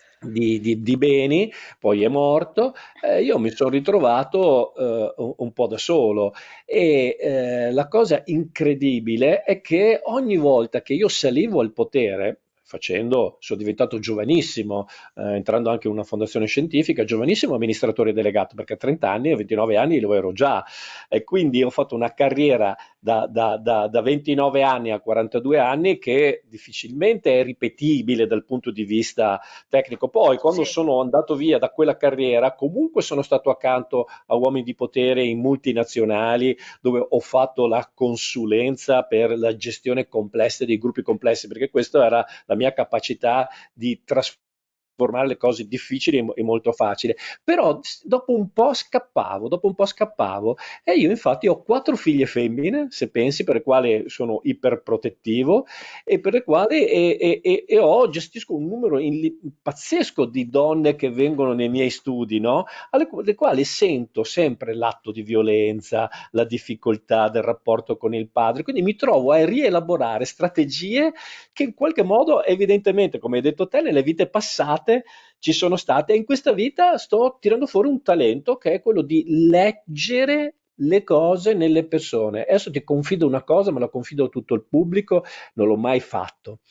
di, di- di beni, poi è morto, eh, io mi sono ritrovato eh, un, un po' da solo e eh, la cosa incredibile è che ogni volta che io salivo al potere, facendo, sono diventato giovanissimo, eh, entrando anche in una fondazione scientifica, giovanissimo amministratore delegato, perché a trenta anni, a ventinove anni lo ero già, e quindi ho fatto una carriera da, da- da- da ventinove anni a quarantadue anni che difficilmente è ripetibile dal punto di vista tecnico. Poi, quando Sì, sono andato via da quella carriera, comunque sono stato accanto a uomini di potere in multinazionali, dove ho fatto la consulenza per la gestione complessa dei gruppi complessi, perché questa era la mia capacità di trasformare le cose difficili in, in molto facile. Però dopo un po' scappavo, dopo un po' scappavo e io infatti ho quattro figlie femmine, se pensi, per le quali sono iperprotettivo e per le quali e, e- e- e ho, gestisco un numero in- pazzesco di donne che vengono nei miei studi, no? Alle, qu- alle quali sento sempre l'atto di violenza, la difficoltà del rapporto con il padre, quindi mi trovo a rielaborare strategie che in qualche modo, evidentemente, come hai detto te, nelle vite passate ci sono state e in questa vita sto tirando fuori un talento che è quello di leggere le cose nelle persone. Adesso ti confido una cosa, me la confido a tutto il pubblico, non l'ho mai fatto.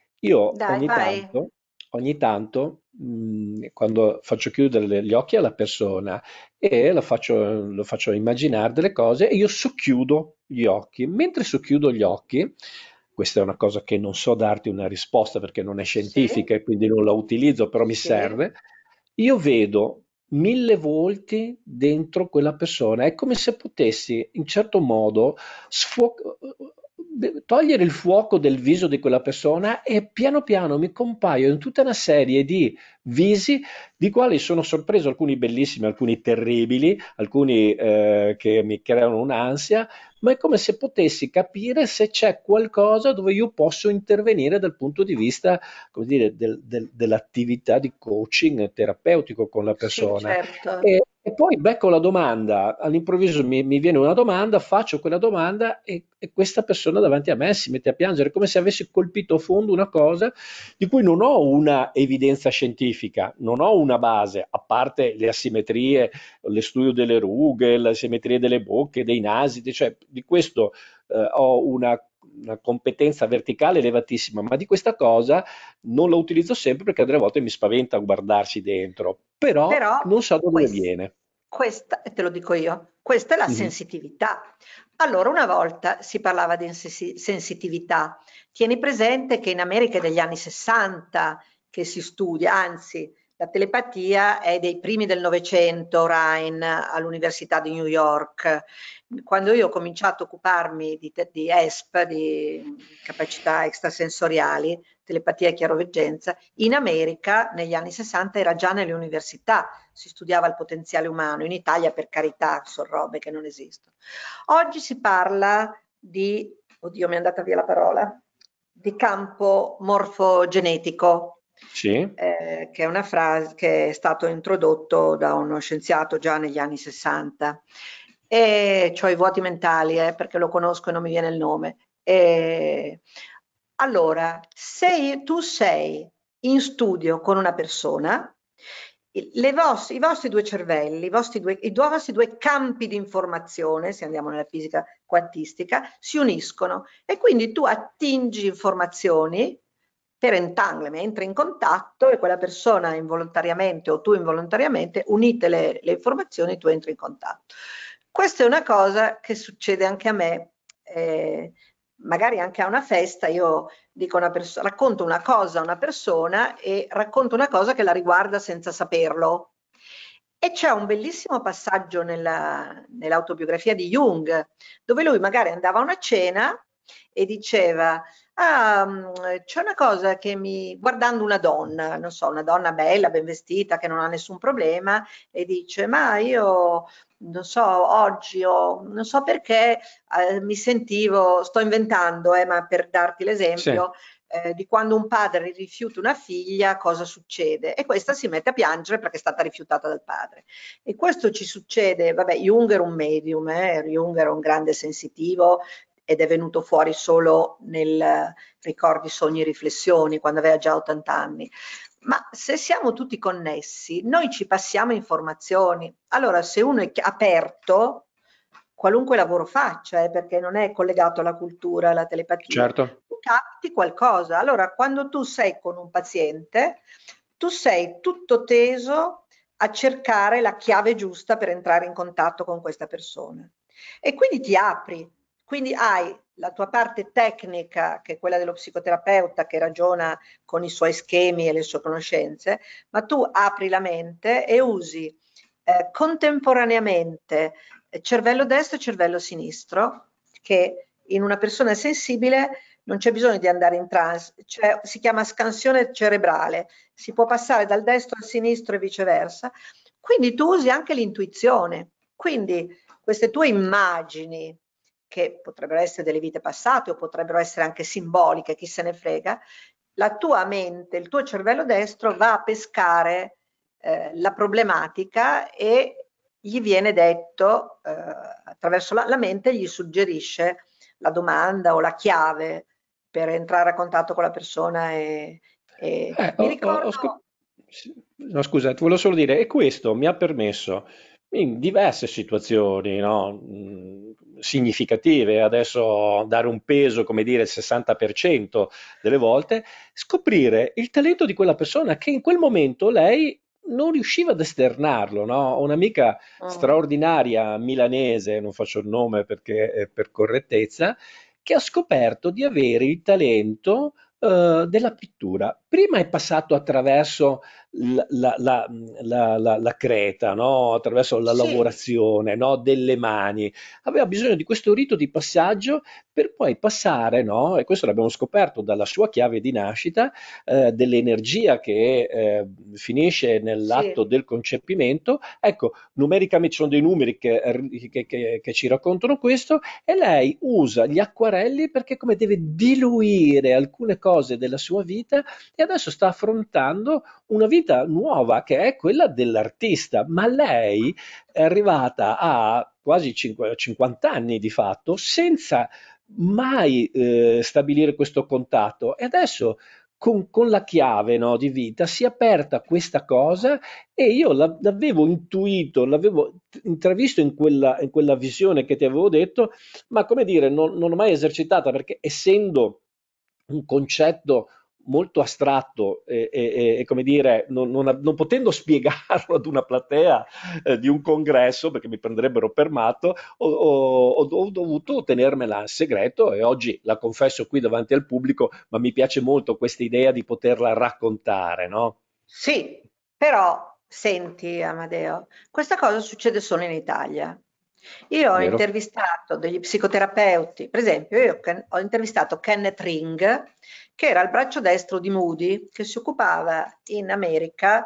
Io dai, ogni vai. tanto, ogni tanto, mh, quando faccio chiudere gli occhi alla persona e la faccio, lo faccio immaginare delle cose, e io socchiudo gli occhi. Mentre socchiudo gli occhi, questa è una cosa che non so darti una risposta perché non è Sì, scientifica e quindi non la utilizzo, però mi sì. serve. Io vedo mille volti dentro quella persona. È come se potessi, in certo modo, sfuoc- togliere il fuoco del viso di quella persona e piano piano mi compaiono tutta una serie di visi di quali sono sorpreso, alcuni bellissimi, alcuni terribili, alcuni eh, che mi creano un'ansia, ma è come se potessi capire se c'è qualcosa dove io posso intervenire dal punto di vista, come dire, del- del- dell'attività di coaching terapeutico con la Sì, persona. certo. E, e poi becco la domanda, all'improvviso mi, mi viene una domanda, faccio quella domanda e, e questa persona davanti a me si mette a piangere, come se avessi colpito a fondo una cosa di cui non ho una evidenza scientifica, non ho una base, a parte le asimmetrie, lo studio delle rughe, le asimmetrie delle bocche, dei nasi, di- cioè di questo eh, ho una, una competenza verticale elevatissima, ma di questa cosa non la utilizzo sempre perché delle volte mi spaventa guardarsi dentro, però Però non so da dove ques- viene. questa, e te lo dico io, questa è la Mhm. sensitività. Allora, una volta si parlava di insensi- sensitività. Tieni presente che in America è degli anni sessanta che si studia, anzi, la telepatia è dei primi del Novecento, Rhine, all'Università di New York. Quando io ho cominciato a occuparmi di, te- di E S P, di capacità extrasensoriali, telepatia e chiaroveggenza, in America negli anni sessanta era già nelle università, si studiava il potenziale umano, in Italia per carità sono robe che non esistono. Oggi si parla di, oddio mi è andata via la parola, di campo morfogenetico, Sì? eh, che è una frase che è stato introdotto da uno scienziato già negli anni sessanta. E ho i vuoti mentali, eh, perché lo conosco e non mi viene il nome. E, allora, se tu sei in studio con una persona, le vos- i vostri due cervelli, i vostri due, i due- vostri due campi di informazione, se andiamo nella fisica quantistica, si uniscono e quindi tu attingi informazioni per entanglement, entri in contatto e quella persona involontariamente o tu involontariamente, unite le, le informazioni, tu entri in contatto. Questa è una cosa che succede anche a me, eh, magari anche a una festa, io dico una perso- racconto una cosa a una persona e racconto una cosa che la riguarda senza saperlo. E c'è un bellissimo passaggio nella- nell'autobiografia di Jung, dove lui magari andava a una cena e diceva Ah, mm, c'è una cosa che mi, guardando una donna, non so, una donna bella, ben vestita, che non ha nessun problema, e dice, ma io, non so, oggi ho, non so perché, eh, mi sentivo, sto inventando, eh, ma per darti Sì, l'esempio, eh, di quando un padre rifiuta una figlia, cosa succede? E questa si mette a piangere perché è stata rifiutata dal padre. E questo ci succede, vabbè, Jung era un medium, eh, Jung era un grande sensitivo, ed è venuto fuori solo nel ricordi, sogni, riflessioni, quando aveva già ottanta anni. Ma se siamo tutti connessi, noi ci passiamo informazioni. Allora, se uno è chi- aperto, qualunque lavoro faccia, eh, perché non è collegato alla cultura, alla telepatia, certo. tu capti qualcosa. Allora, quando tu sei con un paziente, tu sei tutto teso a cercare la chiave giusta per entrare in contatto con questa persona. E quindi ti apri, quindi hai la tua parte tecnica, che è quella dello psicoterapeuta che ragiona con i suoi schemi e le sue conoscenze, ma tu apri la mente e usi eh, contemporaneamente eh, cervello destro e cervello sinistro, che in una persona sensibile non c'è bisogno di andare in trance, cioè, si chiama scansione cerebrale, si può passare dal destro al sinistro e viceversa. Quindi tu usi anche l'intuizione. Quindi queste tue immagini, che potrebbero essere delle vite passate o potrebbero essere anche simboliche, chi se ne frega, la tua mente, il tuo cervello destro va a pescare eh, la problematica e gli viene detto, eh, attraverso la, la mente, gli suggerisce la domanda o la chiave per entrare a contatto con la persona. E, e Eh, ho, mi ho- ho scop- ricordo, sì, no, scusa, ti volevo solo dire, e questo mi ha permesso in diverse situazioni, no, mh, significative, adesso dare un peso, come dire, il sessanta per cento delle volte, scoprire il talento di quella persona che in quel momento lei non riusciva ad esternarlo, no? Ho un'amica mm, straordinaria milanese, non faccio il nome perché, eh, per correttezza, che ha scoperto di avere il talento eh, della pittura. Prima è passato attraverso l- la, la- la- la- la creta, no? Attraverso la sì, lavorazione, no? Delle mani. Aveva bisogno di questo rito di passaggio per poi passare, no? E questo l'abbiamo scoperto dalla sua chiave di nascita, eh, dell'energia che eh, finisce nell'atto sì, del concepimento. Ecco, numericamente ci sono dei numeri che, che- che- che ci raccontano questo, e lei usa gli acquarelli perché come deve diluire alcune cose della sua vita, e adesso sta affrontando una vita nuova che è quella dell'artista, ma lei è arrivata a quasi cinquanta anni di fatto senza mai eh, stabilire questo contatto, e adesso con, con la chiave, no, di vita si è aperta questa cosa, e io la- l'avevo intuito, l'avevo intravisto in quella, in quella visione che ti avevo detto, ma come dire, non, non l'ho mai esercitata perché essendo un concetto molto astratto e, e- e, come dire, non, non- non potendo spiegarlo ad una platea eh, di un congresso perché mi prenderebbero per matto, ho, ho- ho dovuto tenermela in segreto, e oggi la confesso qui davanti al pubblico, ma mi piace molto questa idea di poterla raccontare, no? sì, però senti Amadeo, questa cosa succede solo in Italia. Io ho Vero? intervistato degli psicoterapeuti, per esempio, io Ken- ho intervistato Kenneth Ring, che era il braccio destro di Moody, che si occupava in America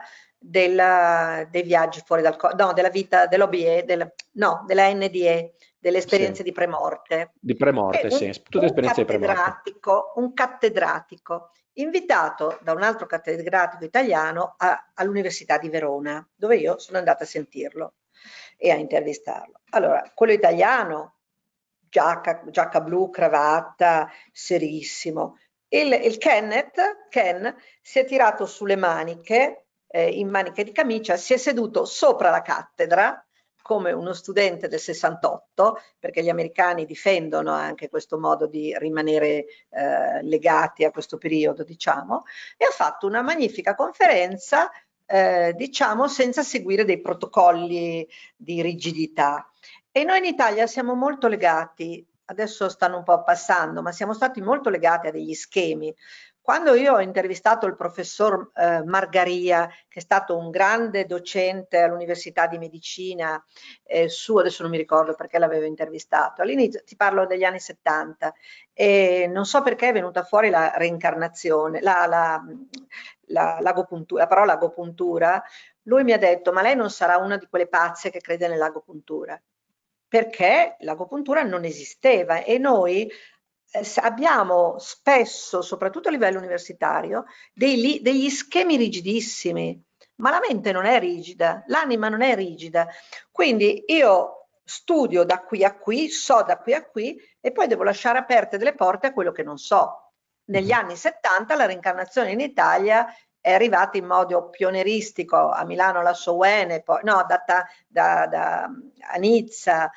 della- dei viaggi fuori dal corpo, no, della vita, dell'O B E, del- no, della N D E, delle Sì. esperienze di premorte. Di È premorte, un, sì, tutte un esperienze di premorte. cattedratico, un cattedratico invitato da un altro cattedratico italiano a- all'Università di Verona, dove io sono andata a sentirlo e a intervistarlo. Allora, quello italiano, giacca, giacca blu, cravatta, serissimo. Il, il Kenneth, Ken, si è tirato sulle maniche, eh, in maniche di camicia, si è seduto sopra la cattedra come uno studente del sessantotto, perché gli americani difendono anche questo modo di rimanere eh, legati a questo periodo, diciamo, e ha fatto una magnifica conferenza, eh, diciamo, senza seguire dei protocolli di rigidità. E noi in Italia siamo molto legati, adesso stanno un po' passando, ma siamo stati molto legati a degli schemi. Quando io ho intervistato il professor eh, Margaria, che è stato un grande docente all'Università di Medicina, eh, su, adesso non mi ricordo perché l'avevo intervistato, all'inizio, ti parlo degli anni settanta, e non so perché è venuta fuori la reincarnazione, la, la, la, l'agopuntura, la parola agopuntura. Lui mi ha detto, ma lei non sarà una di quelle pazze che crede nell'agopuntura, perché l'agopuntura non esisteva e noi eh, s- abbiamo spesso, soprattutto a livello universitario, dei li- degli schemi rigidissimi, ma la mente non è rigida, l'anima non è rigida. Quindi io studio da qui a qui, so da qui a qui e poi devo lasciare aperte delle porte a quello che non so. Negli Mhm. anni settanta la reincarnazione in Italia è arrivata in modo pionieristico a Milano alla Soene, poi no, da, ta- da- da- a Nizza,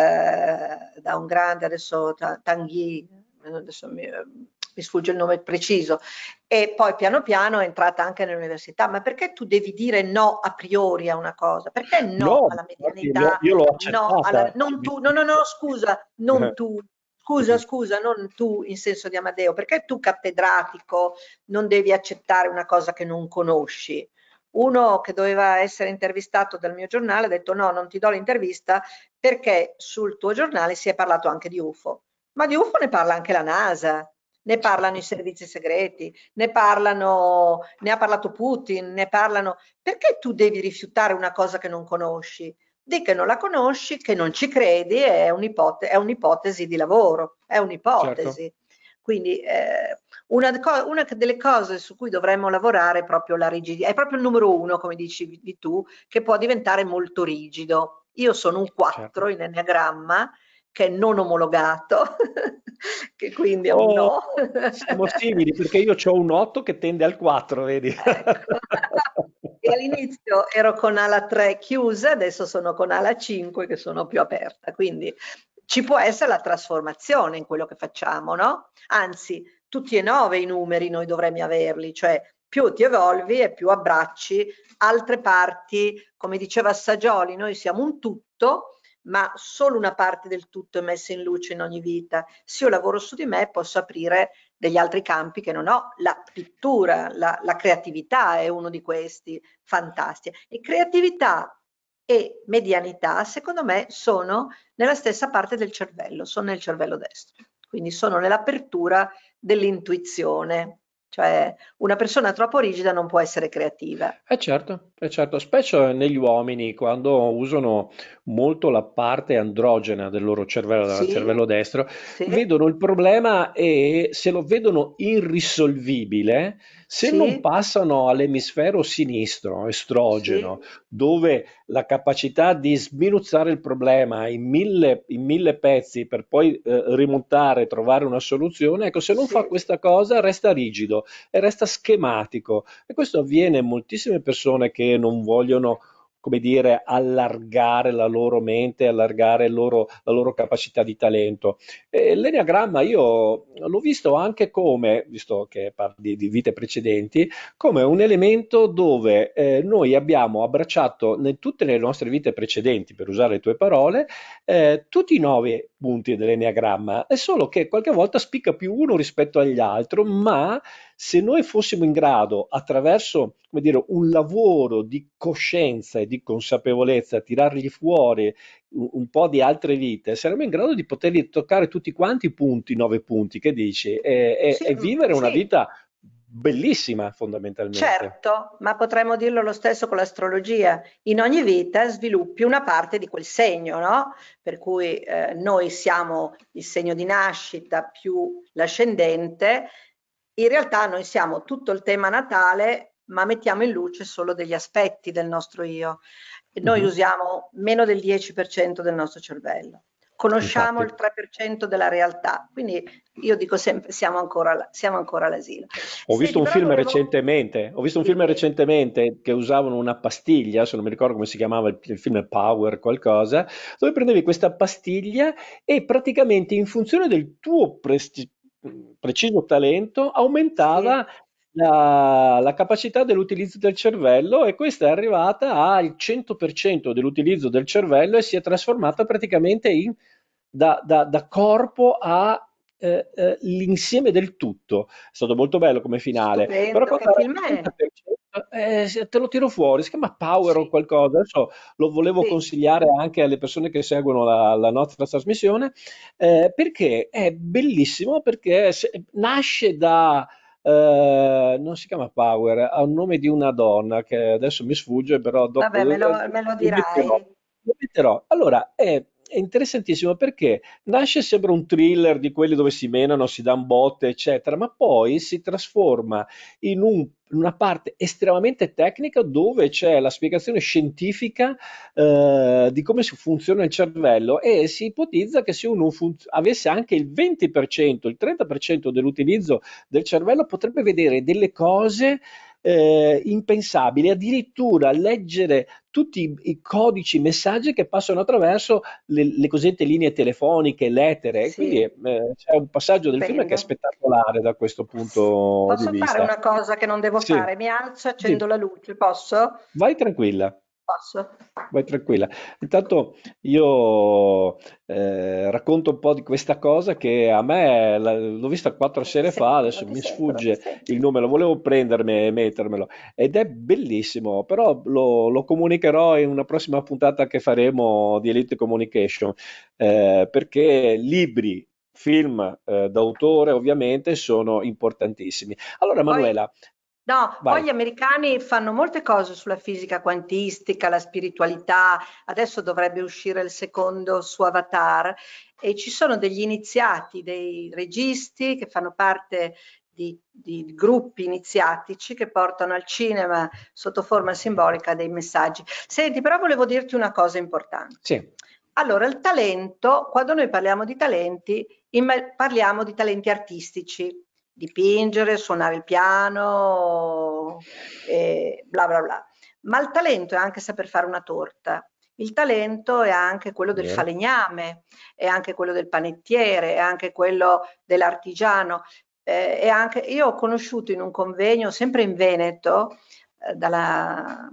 eh, da un grande adesso Ta- Tanguy, adesso mi, mi sfugge il nome preciso, e poi piano piano è entrata anche nell'università. Ma perché tu devi dire no a priori a una cosa? Perché no No, alla infatti l'ho- medianità? io l'ho No alla... accettata. Non tu, no, no, no, scusa, non tu. Scusa, Mhm. scusa, non tu in senso di Amadeo, perché tu cattedratico non devi accettare una cosa che non conosci? Uno che doveva essere intervistato dal mio giornale ha detto no, non ti do l'intervista perché sul tuo giornale si è parlato anche di U F O. Ma di U F O ne parla anche la NASA, ne parlano i servizi segreti, ne parlano, ne ha parlato Putin, ne parlano. Perché tu devi rifiutare una cosa che non conosci? Di che non la conosci, che non ci credi, è un'ipote- è un'ipotesi di lavoro, è Certo. un'ipotesi. Quindi eh, una, co- una delle cose su cui dovremmo lavorare è proprio la rigidità, è proprio il numero uno, come dici di tu, che può diventare molto rigido. Io sono un Certo. quattro in enneagramma, che è non omologato, che quindi è un Oh, no. siamo simili perché io ho un otto che tende al quattro, vedi? Ecco. E all'inizio ero con ala tre chiusa, adesso sono con ala cinque che sono più aperta, quindi ci può essere la trasformazione in quello che facciamo, no? Anzi, tutti e nove i numeri noi dovremmo averli, cioè più ti evolvi e più abbracci altre parti, come diceva Saggioli, noi siamo un tutto, ma solo una parte del tutto è messa in luce in ogni vita. Se io lavoro su di me posso aprire degli altri campi che non ho, la pittura, la, la creatività è uno di questi, fantastici. E creatività e medianità, secondo me, sono nella stessa parte del cervello, sono nel cervello destro, quindi sono nell'apertura dell'intuizione, cioè una persona troppo rigida non può essere creativa. Eh certo, eh certo, specie negli uomini quando usano molto la parte androgena del loro cervello, del Sì, cervello destro, sì, vedono il problema e se lo vedono irrisolvibile, se non sì, passano all'emisfero sinistro, estrogeno, sì, dove la capacità di sminuzzare il problema in mille, in mille pezzi per poi eh, rimontare, trovare una soluzione, ecco, se non fa sì, questa cosa resta rigido e resta schematico. E questo avviene in moltissime persone che non vogliono, come dire, allargare la loro mente, allargare il loro- la loro capacità di talento. E l'enneagramma io l'ho visto anche come, visto che parli di vite precedenti, come un elemento dove eh, noi abbiamo abbracciato in tutte le nostre vite precedenti, per usare le tue parole, eh, tutti i nove punti dell'enneagramma, è solo che qualche volta spicca più uno rispetto agli altri, ma se noi fossimo in grado, attraverso, come dire, un lavoro di coscienza e di consapevolezza, tirargli fuori un, un po' di altre vite, saremmo in grado di poterli toccare tutti quanti i punti, i nove punti, che dici, e, e- sì, e vivere una sì. vita bellissima, fondamentalmente. Certo, ma potremmo dirlo lo stesso con l'astrologia. In ogni vita sviluppi una parte di quel segno, no? Per cui eh, noi siamo il segno di nascita più l'ascendente. In realtà noi siamo tutto il tema natale, ma mettiamo in luce solo degli aspetti del nostro io. E noi Mhm. usiamo meno del dieci per cento del nostro cervello. Conosciamo Infatti. il tre per cento della realtà, quindi io dico sempre siamo ancora, siamo ancora all'asilo. Ho visto Senti, un però film volevo... recentemente, ho visto un film Dimmi. recentemente che usavano una pastiglia, se non mi ricordo come si chiamava il, il film, Power qualcosa, dove prendevi questa pastiglia e praticamente in funzione del tuo presti- preciso talento Sì, aumentava la, la capacità dell'utilizzo del cervello e questa è arrivata al cento per cento dell'utilizzo del cervello e si è trasformata praticamente in, da, da- da corpo a eh, eh, l'insieme del tutto. È stato molto bello come finale, però Stupendo, quando che era film al è? trenta per cento, eh, se- te lo tiro fuori, si chiama Power o Sì, qualcosa. Adesso lo volevo sì, consigliare anche alle persone che seguono la, la nostra trasmissione, eh, perché è bellissimo, perché se- nasce da... eh, non si chiama Power, ha un nome di una donna che adesso mi sfugge, però dopo vabbè, me eh, lo, me lo lo metterò. dirai. Lo metterò. Allora, è, è interessantissimo perché nasce sembra un thriller di quelli dove si menano, si danno botte, eccetera, ma poi si trasforma in un- una parte estremamente tecnica dove c'è la spiegazione scientifica eh, di come si funziona il cervello, e si ipotizza che se uno fun- avesse anche il venti per cento, il trenta per cento dell'utilizzo del cervello, potrebbe vedere delle cose eh, impensabili, addirittura leggere tutti i, i codici, i messaggi che passano attraverso le, le cosiddette linee telefoniche, l'etere. Quindi Sì, eh, c'è un passaggio del film che è stupendo. spettacolare da questo punto di Posso fare vista. una cosa che non devo Sì, fare? Mi alzo e sì, accendo la luce, posso? vai tranquilla. Posso? Vai tranquilla. Intanto io eh, racconto un po' di questa cosa che a me la- l'ho vista quattro Non ti sere fa, sento, non adesso ti mi sento, non ti sfugge sento. il nome, lo volevo prendermi e mettermelo ed è bellissimo, però lo, lo comunicherò in una prossima puntata che faremo di Elite Communication, eh, perché libri, film eh, d'autore ovviamente sono importantissimi. Allora Poi, Manuela, no, poi vai. gli americani fanno molte cose sulla fisica quantistica, la spiritualità. Adesso dovrebbe uscire il secondo su Avatar e ci sono degli iniziati, dei registi che fanno parte di, di gruppi iniziatici che portano al cinema sotto forma simbolica dei messaggi. Senti, però volevo dirti una cosa importante. Sì, Allora, il talento, quando noi parliamo di talenti, imme- parliamo di talenti artistici, dipingere, suonare il piano, e bla bla bla. Ma il talento è anche saper fare una torta. Il talento è anche quello del vero. falegname, è anche quello del panettiere, è anche quello dell'artigiano. Eh, è anche, io ho conosciuto in un convegno, sempre in Veneto, eh, dalla,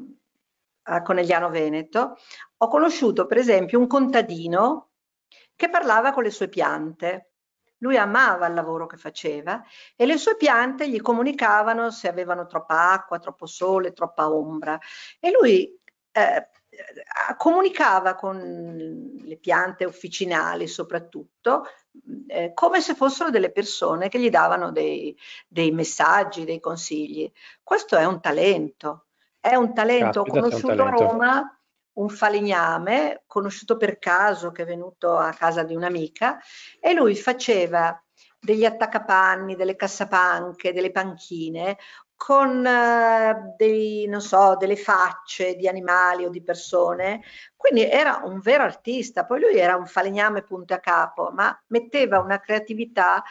a Conegliano Veneto, ho conosciuto per esempio un contadino che parlava con le sue piante. Lui amava il lavoro che faceva e le sue piante gli comunicavano se avevano troppa acqua, troppo sole, troppa ombra. E lui eh, comunicava con le piante officinali soprattutto eh, come se fossero delle persone che gli davano dei, dei messaggi, dei consigli. Questo è un talento, è un talento. Ho Caspita, c'è un conosciuto a talento. Roma un falegname, conosciuto per caso, che è venuto a casa di un'amica, e lui faceva degli attaccapanni, delle cassapanche, delle panchine con eh, dei, non so, delle facce di animali o di persone. Quindi era un vero artista. Poi lui era un falegname punto a capo, ma metteva una creatività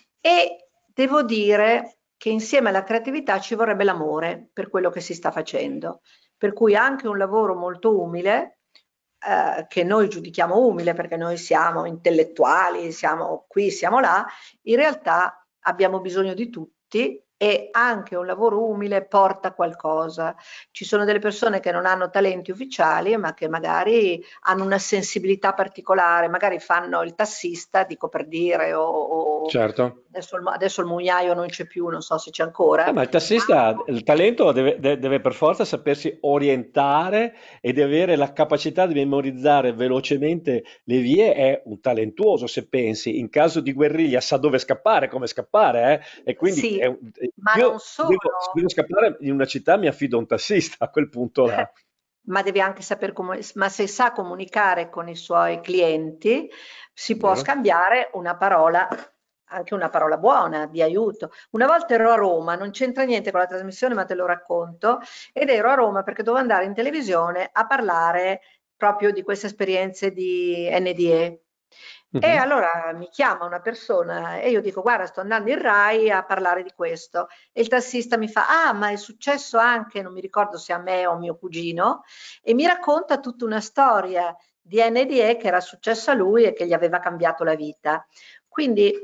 e devo dire che insieme alla creatività ci vorrebbe l'amore per quello che si sta facendo. Per cui anche un lavoro molto umile, eh, che noi giudichiamo umile perché noi siamo intellettuali, siamo qui, siamo là, in realtà abbiamo bisogno di tutti e anche un lavoro umile porta qualcosa. Ci sono delle persone che non hanno talenti ufficiali, ma che magari hanno una sensibilità particolare, magari fanno il tassista, dico per dire, o, o Certo. adesso, il, adesso il mugnaio non c'è più, non so se c'è Eh, ancora. ma il tassista, il talento deve, de- deve per forza sapersi orientare e deve avere la capacità di memorizzare velocemente le vie. È un talentuoso, se pensi. In caso di guerriglia sa dove scappare, come scappare, eh? E quindi Sì, è un- ma non io se solo. devo, se devo scappare in una città mi affido a un tassista a quel punto là. Ma deve anche saper comu- ma se sa comunicare con i suoi clienti, si può Vero? scambiare una parola, anche una parola buona, di aiuto. Una volta ero a Roma, non c'entra niente con la trasmissione, ma te lo racconto, ed ero a Roma perché dovevo andare in televisione a parlare proprio di queste esperienze di N D E. E Mhm. allora mi chiama una persona e io dico, guarda, sto andando in Rai a parlare di questo. E il tassista mi fa, ah, ma è successo anche, non mi ricordo se a me o a mio cugino, e mi racconta tutta una storia di N D E che era successa a lui e che gli aveva cambiato la vita. Quindi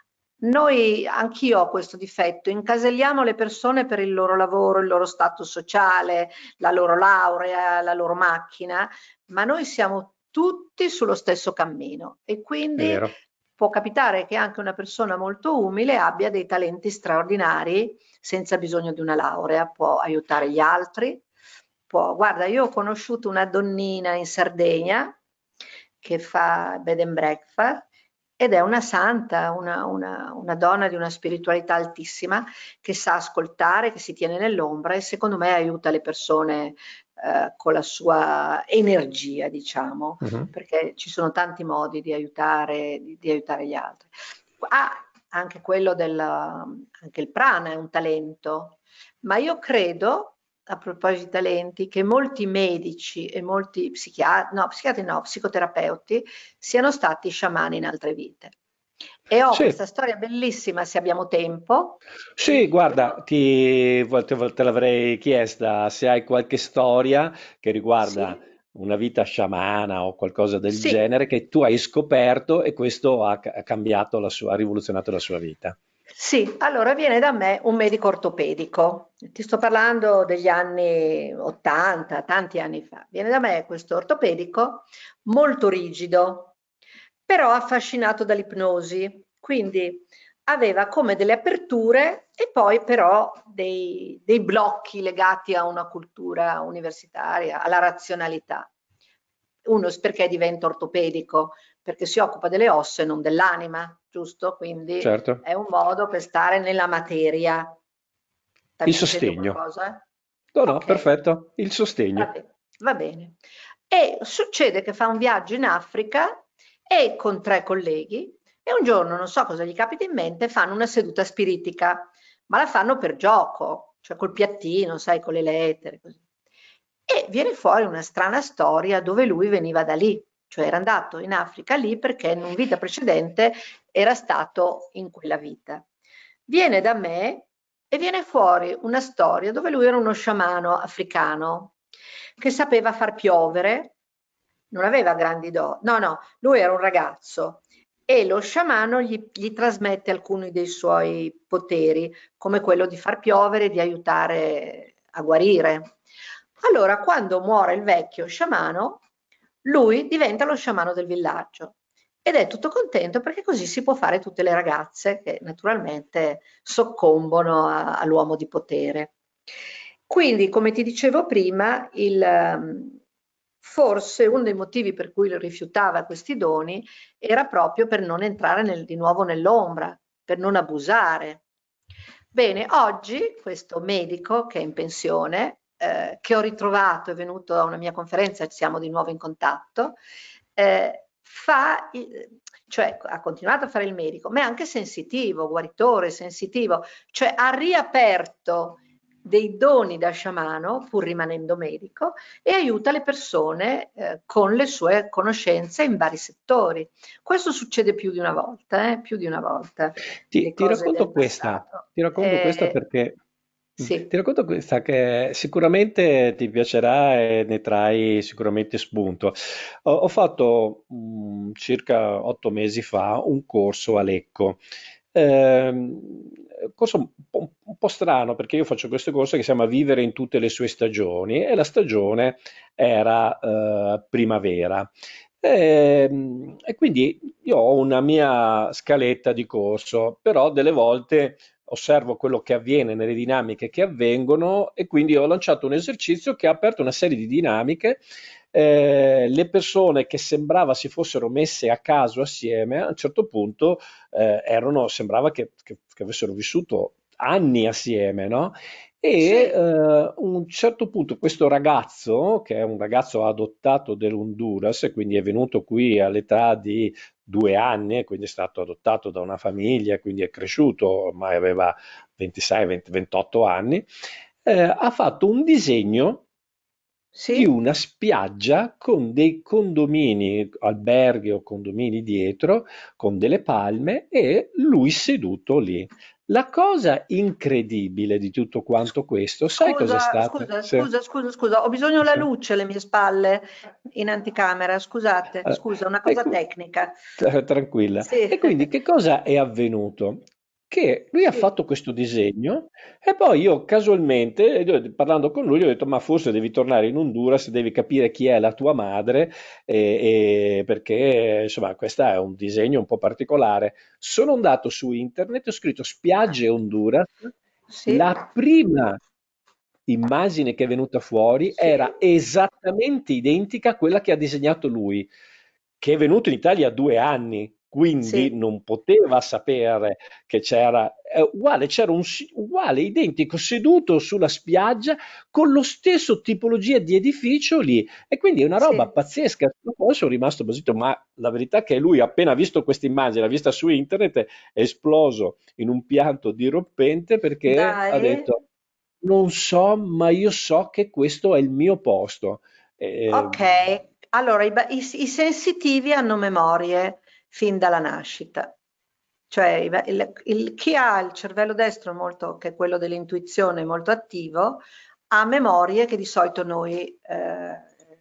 noi, anch'io ho questo difetto, incaselliamo le persone per il loro lavoro, il loro status sociale, la loro laurea, la loro macchina, ma noi siamo tutti sullo stesso cammino e È quindi vero. può capitare che anche una persona molto umile abbia dei talenti straordinari senza bisogno di una laurea, può aiutare gli altri. Può, guarda, io ho conosciuto una donnina in Sardegna che fa bed and breakfast ed è una santa, una, una, una donna di una spiritualità altissima che sa ascoltare, che si tiene nell'ombra e secondo me aiuta le persone eh, con la sua energia, diciamo, Mhm. perché ci sono tanti modi di aiutare, di, di aiutare gli altri. Ah, anche quello del, anche il prana è un talento, ma io credo, a proposito di talenti, che molti medici e molti psichiatri, no, psichiatri no, psicoterapeuti siano stati sciamani in altre vite. E ho Sì, questa storia bellissima, se abbiamo tempo. sì, guarda, ti, te, te l'avrei chiesta se hai qualche storia che riguarda Sì, una vita sciamana o qualcosa del sì, genere che tu hai scoperto e questo ha, ha cambiato la sua, ha rivoluzionato la sua vita. sì, allora viene da me un medico ortopedico, ti sto parlando degli anni ottanta, tanti anni fa. Viene da me questo ortopedico molto rigido, però affascinato dall'ipnosi, quindi aveva come delle aperture e poi però dei, dei blocchi legati a una cultura universitaria, alla razionalità. Uno perché diventa ortopedico, perché si occupa delle ossa e non dell'anima, giusto? Quindi Certo. è un modo per stare nella materia. Il Stavi dicendo sostegno. qualcosa? No, no, Ok, perfetto. Il va sostegno. bene, va bene. E succede che fa un viaggio in Africa e con tre colleghi e un giorno, non so cosa gli capita in mente, fanno una seduta spiritica, ma la fanno per gioco, cioè col piattino, sai, con le lettere, così. E viene fuori una strana storia dove lui veniva da lì, cioè era andato in Africa lì perché in una vita precedente era stato in quella vita. Viene da me e viene fuori una storia dove lui era uno sciamano africano che sapeva far piovere, non aveva grandi doti, no, no, lui era un ragazzo e lo sciamano gli, gli trasmette alcuni dei suoi poteri, come quello di far piovere, di aiutare a guarire. Allora, quando muore il vecchio sciamano, lui diventa lo sciamano del villaggio ed è tutto contento perché così si può fare tutte le ragazze che naturalmente soccombono a- all'uomo di potere. Quindi, come ti dicevo prima, il, ehm, forse uno dei motivi per cui rifiutava questi doni era proprio per non entrare nel- di nuovo nell'ombra, per non abusare. Bene, oggi questo medico che è in pensione, eh, che ho ritrovato, è venuto a una mia conferenza, siamo di nuovo in contatto, eh, fa, il- cioè ha continuato a fare il medico, ma è anche sensitivo, guaritore, sensitivo, cioè ha riaperto dei doni da sciamano, pur rimanendo medico, e aiuta le persone eh, con le sue conoscenze in vari settori. Questo succede più di una volta, eh, più di una volta, Ti, le ti cose del racconto questa, passato. ti racconto questa Eh, perché mm, sì, ti racconto questa che sicuramente ti piacerà e ne trai sicuramente spunto. Ho, ho fatto mm, circa otto mesi fa un corso a Lecco. Ehm, corso un po', un po' strano perché io faccio questo corso che si chiama Vivere in tutte le sue stagioni e la stagione era eh, primavera. Ehm, E, quindi io ho una mia scaletta di corso, però delle volte osservo quello che avviene nelle dinamiche che avvengono e quindi ho lanciato un esercizio che ha aperto una serie di dinamiche. Eh, le persone che sembrava si fossero messe a caso assieme, a un certo punto eh, erano, sembrava che, che- che avessero vissuto anni assieme, no? E sì, eh, a un certo punto questo ragazzo, che è un ragazzo adottato dell'Honduras, e quindi è venuto qui all'età di due anni, e quindi è stato adottato da una famiglia, quindi è cresciuto, ormai aveva ventisei venti, ventotto anni, eh, ha fatto un disegno di sì. una spiaggia con dei condomini, alberghi o condomini dietro, con delle palme e lui seduto lì. La cosa incredibile di tutto quanto questo, sai cos'è Scusa, stata? scusa, Sì, scusa, scusa, scusa, ho bisogno della sì. luce alle mie spalle in anticamera, scusate, Eh, scusa, una e cosa qui- tecnica. eh, tranquilla. Sì, E quindi che cosa è avvenuto? che lui ha sì, fatto questo disegno e poi io casualmente, eh, io, parlando con lui, gli ho detto, ma forse devi tornare in Honduras, devi capire chi è la tua madre, e- e perché insomma questo è un disegno un po' particolare. Sono andato su internet, ho scritto spiagge Honduras, sì, la prima immagine che è venuta fuori sì, era esattamente identica a quella che ha disegnato lui, che è venuto in Italia a due anni, quindi sì, non poteva sapere che c'era, è uguale, c'era un si- uguale, identico, seduto sulla spiaggia con lo stesso tipologia di edificio lì. E quindi è una roba sì. pazzesca. Poi sono rimasto basito, ma la verità è che lui, appena visto questa immagine, l'ha vista su internet, è esploso in un pianto dirompente perché ha Dai. detto: Non so, ma io so che questo è il mio posto. Eh, Ok, allora i, ba- i- i sensitivi hanno memorie fin dalla nascita, cioè i ba- il- il- chi ha il cervello destro molto, che è quello dell'intuizione molto attivo, ha memorie che di solito noi, eh,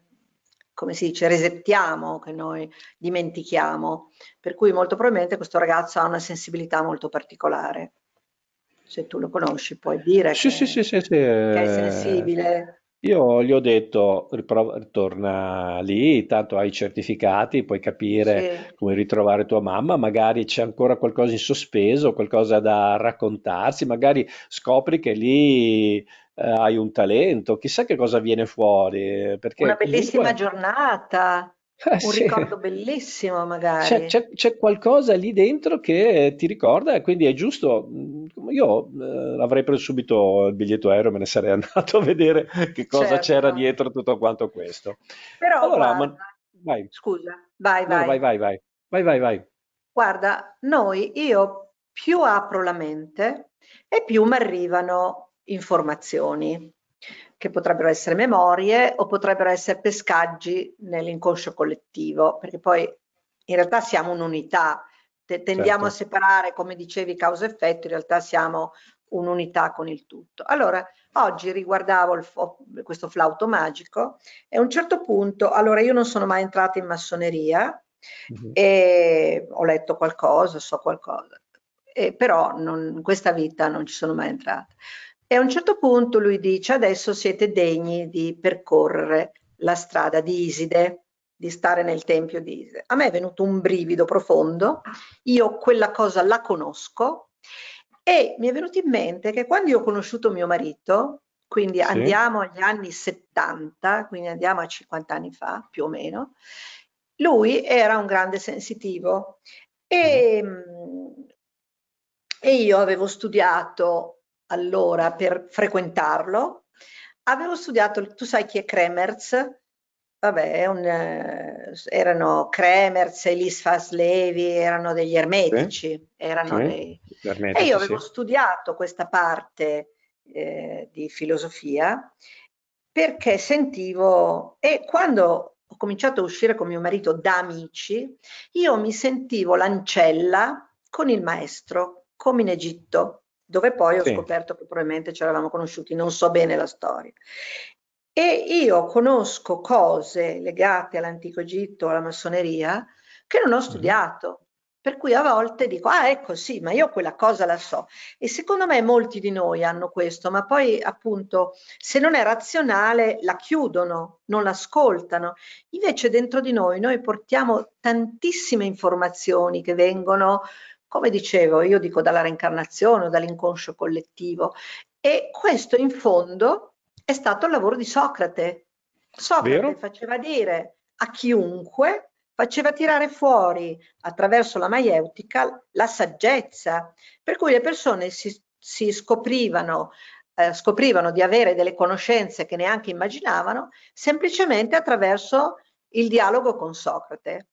come si dice, resettiamo, che noi dimentichiamo, per cui molto probabilmente questo ragazzo ha una sensibilità molto particolare. Se tu lo conosci puoi dire Sì, sì, sì, che, sì, sì, che è eh, sensibile. io gli ho detto, riprova- torna lì, tanto hai i certificati, puoi capire Sì. come ritrovare tua mamma, magari c'è ancora qualcosa in sospeso, qualcosa da raccontarsi, magari scopri che lì eh, hai un talento, chissà che cosa viene fuori, eh, Una perché bellissima comunque, giornata, eh un sì, ricordo bellissimo c'è magari. c'è- c'è qualcosa lì dentro che ti ricorda e quindi è giusto. mm, Io eh, avrei preso subito il biglietto aereo, me ne sarei andato a vedere che cosa c'era Certo. dietro tutto quanto questo. Però Allora, ma, guarda, vai, scusa, vai, no, no, vai, vai. vai, vai, vai, vai, vai. Guarda, noi, io più apro la mente e più mi arrivano informazioni, che potrebbero essere memorie o potrebbero essere pescaggi nell'inconscio collettivo, perché poi in realtà siamo un'unità, Te- tendiamo a Certo. separare, come dicevi, causa-effetto, in realtà siamo un'unità con il tutto. Allora, oggi riguardavo il fo- questo flauto magico e a un certo punto, allora io non sono mai entrata in massoneria, Mhm. e ho letto qualcosa, so qualcosa, e però non- in questa vita non ci sono mai entrata. E a un certo punto lui dice: Adesso siete degni di percorrere la strada di Iside, di stare nel tempio di Iside. A me è venuto un brivido profondo, io quella cosa la conosco e mi è venuto in mente che quando io ho conosciuto mio marito, quindi Sì. andiamo agli anni settanta, quindi andiamo a cinquanta anni fa più o meno, lui era un grande sensitivo Mhm. e, mm, e io avevo studiato allora per frequentarlo, avevo studiato, tu sai chi è Kremers? Vabbè, è un, eh, erano Kremers, Elisfas Levi, erano degli Sì, ermetici, erano sì, dei... E io ermetici, avevo sì. studiato questa parte eh, di filosofia perché sentivo, e quando ho cominciato a uscire con mio marito da amici, io mi sentivo l'ancella con il maestro, come in Egitto, dove poi ho Sì. scoperto che probabilmente ci eravamo conosciuti, non so bene la storia. E io conosco cose legate all'antico Egitto, alla massoneria, che non ho Mhm. studiato. Per cui a volte dico, ah, ecco sì, ma io quella cosa la so. E secondo me molti di noi hanno questo, ma poi appunto se non è razionale la chiudono, non l'ascoltano. Invece dentro di noi noi portiamo tantissime informazioni che vengono, come dicevo, io dico dalla reincarnazione o dall'inconscio collettivo. E questo in fondo è stato il lavoro di Socrate. Socrate Vero? faceva dire a chiunque, faceva tirare fuori attraverso la maieutica la saggezza, per cui le persone si, si scoprivano, eh, scoprivano di avere delle conoscenze che neanche immaginavano semplicemente attraverso il dialogo con Socrate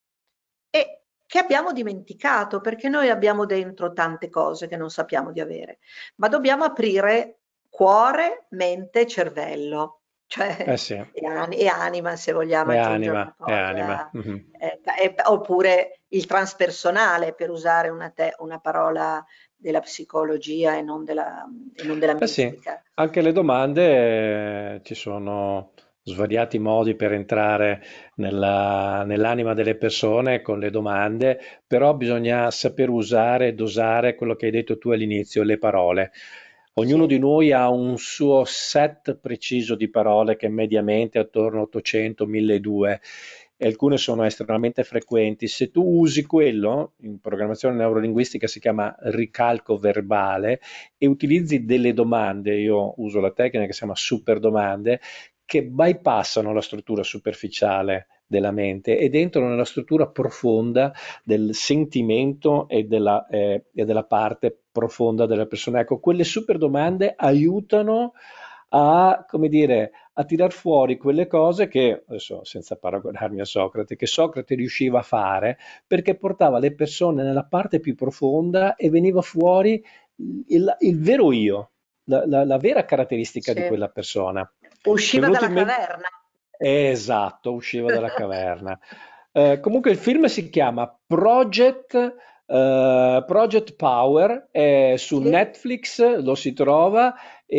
e che abbiamo dimenticato perché noi abbiamo dentro tante cose che non sappiamo di avere, ma dobbiamo aprire cuore, mente, cervello, Eh cioè sì, e, ani- e anima se vogliamo è aggiungere anima, una è anima. cosa, Mhm. eh, e- oppure il transpersonale per usare una, te- una parola della psicologia e non della, e non della Eh sì, mistica. anche le domande eh, ci sono svariati modi per entrare nella- nell'anima delle persone con le domande, però bisogna saper usare e dosare quello che hai detto tu all'inizio, le parole. Ognuno Sì. di noi ha un suo set preciso di parole che mediamente è attorno a ottocento milleduecento e alcune sono estremamente frequenti. Se tu usi quello, in programmazione neurolinguistica si chiama ricalco verbale, e utilizzi delle domande, io uso la tecnica che si chiama super domande, che bypassano la struttura superficiale della mente ed entrano nella struttura profonda del sentimento e della, eh, e della parte profonda della persona. Ecco, quelle super domande aiutano a, come dire, a tirar fuori quelle cose che, adesso senza paragonarmi a Socrate, che Socrate riusciva a fare perché portava le persone nella parte più profonda e veniva fuori il, il vero io, la, la- la vera caratteristica di Sì. quella persona. Mi è Usciva venuto dalla in mente. caverna. Esatto, usciva dalla caverna. Eh, comunque il film si chiama Project, eh, Project Power, è su Sì, Netflix, lo si trova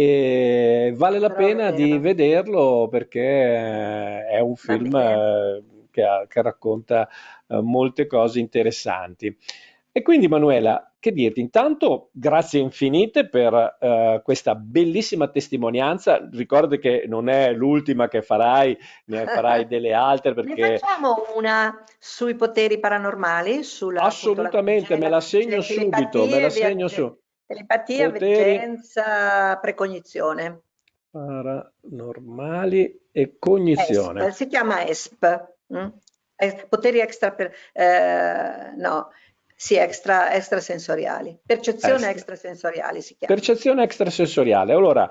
e vale la andrò a pena di vederlo. vederlo perché è un Va film bene. eh, che, ha- che racconta eh, molte cose interessanti. E quindi Manuela, che dirti? Intanto grazie infinite per eh, questa bellissima testimonianza. Ricorda che non è l'ultima che farai, ne farai delle altre Ne perché facciamo una sui poteri paranormali, sulla appunto la assolutamente vegge- me la la vegge- segno le subito, me la telepatie, segno viagge- su. telepatia, Poteri veggenza, precognizione. paranormali e E S P, cognizione. si chiama E S P, mm? Eh, poteri extra, per- eh, no, sì, extra, extrasensoriali, percezione Est. extrasensoriali si chiama. Percezione extrasensoriale. Allora,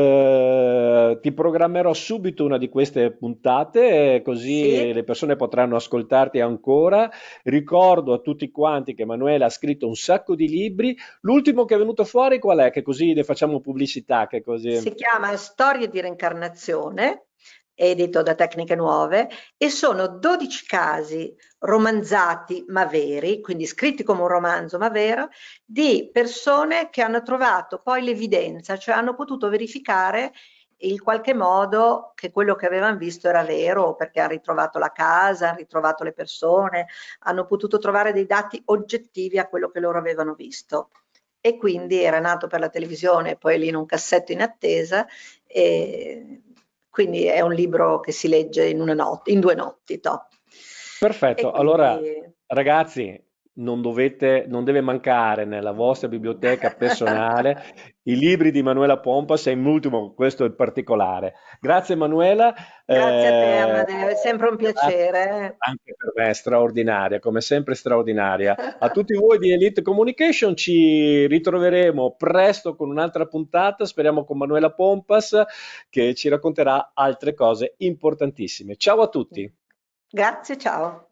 eh, ti programmerò subito una di queste puntate, eh, così Sì, le persone potranno ascoltarti ancora. Ricordo a tutti quanti che Emanuele ha scritto un sacco di libri. L'ultimo che è venuto fuori qual è? Che così ne facciamo pubblicità, che così. si chiama Storie di reincarnazione, edito da Tecniche Nuove, e sono dodici casi romanzati ma veri, quindi scritti come un romanzo ma vero, di persone che hanno trovato poi l'evidenza, cioè hanno potuto verificare in qualche modo che quello che avevano visto era vero, perché hanno ritrovato la casa, hanno ritrovato le persone, hanno potuto trovare dei dati oggettivi a quello che loro avevano visto. E quindi era nato per la televisione, poi lì in un cassetto in attesa, e quindi è un libro che si legge in una notte, in due notti, toh. E Perfetto, allora quindi ragazzi, non dovete, non deve mancare nella vostra biblioteca personale i libri di Manuela Pompas e in ultimo, questo è il particolare. Grazie Manuela, grazie a te eh, Amadeo, è sempre un grazie piacere. anche per me, straordinaria, come sempre straordinaria. A tutti voi di Elite Communication ci ritroveremo presto con un'altra puntata, speriamo con Manuela Pompas che ci racconterà altre cose importantissime. Ciao a tutti. Grazie, ciao.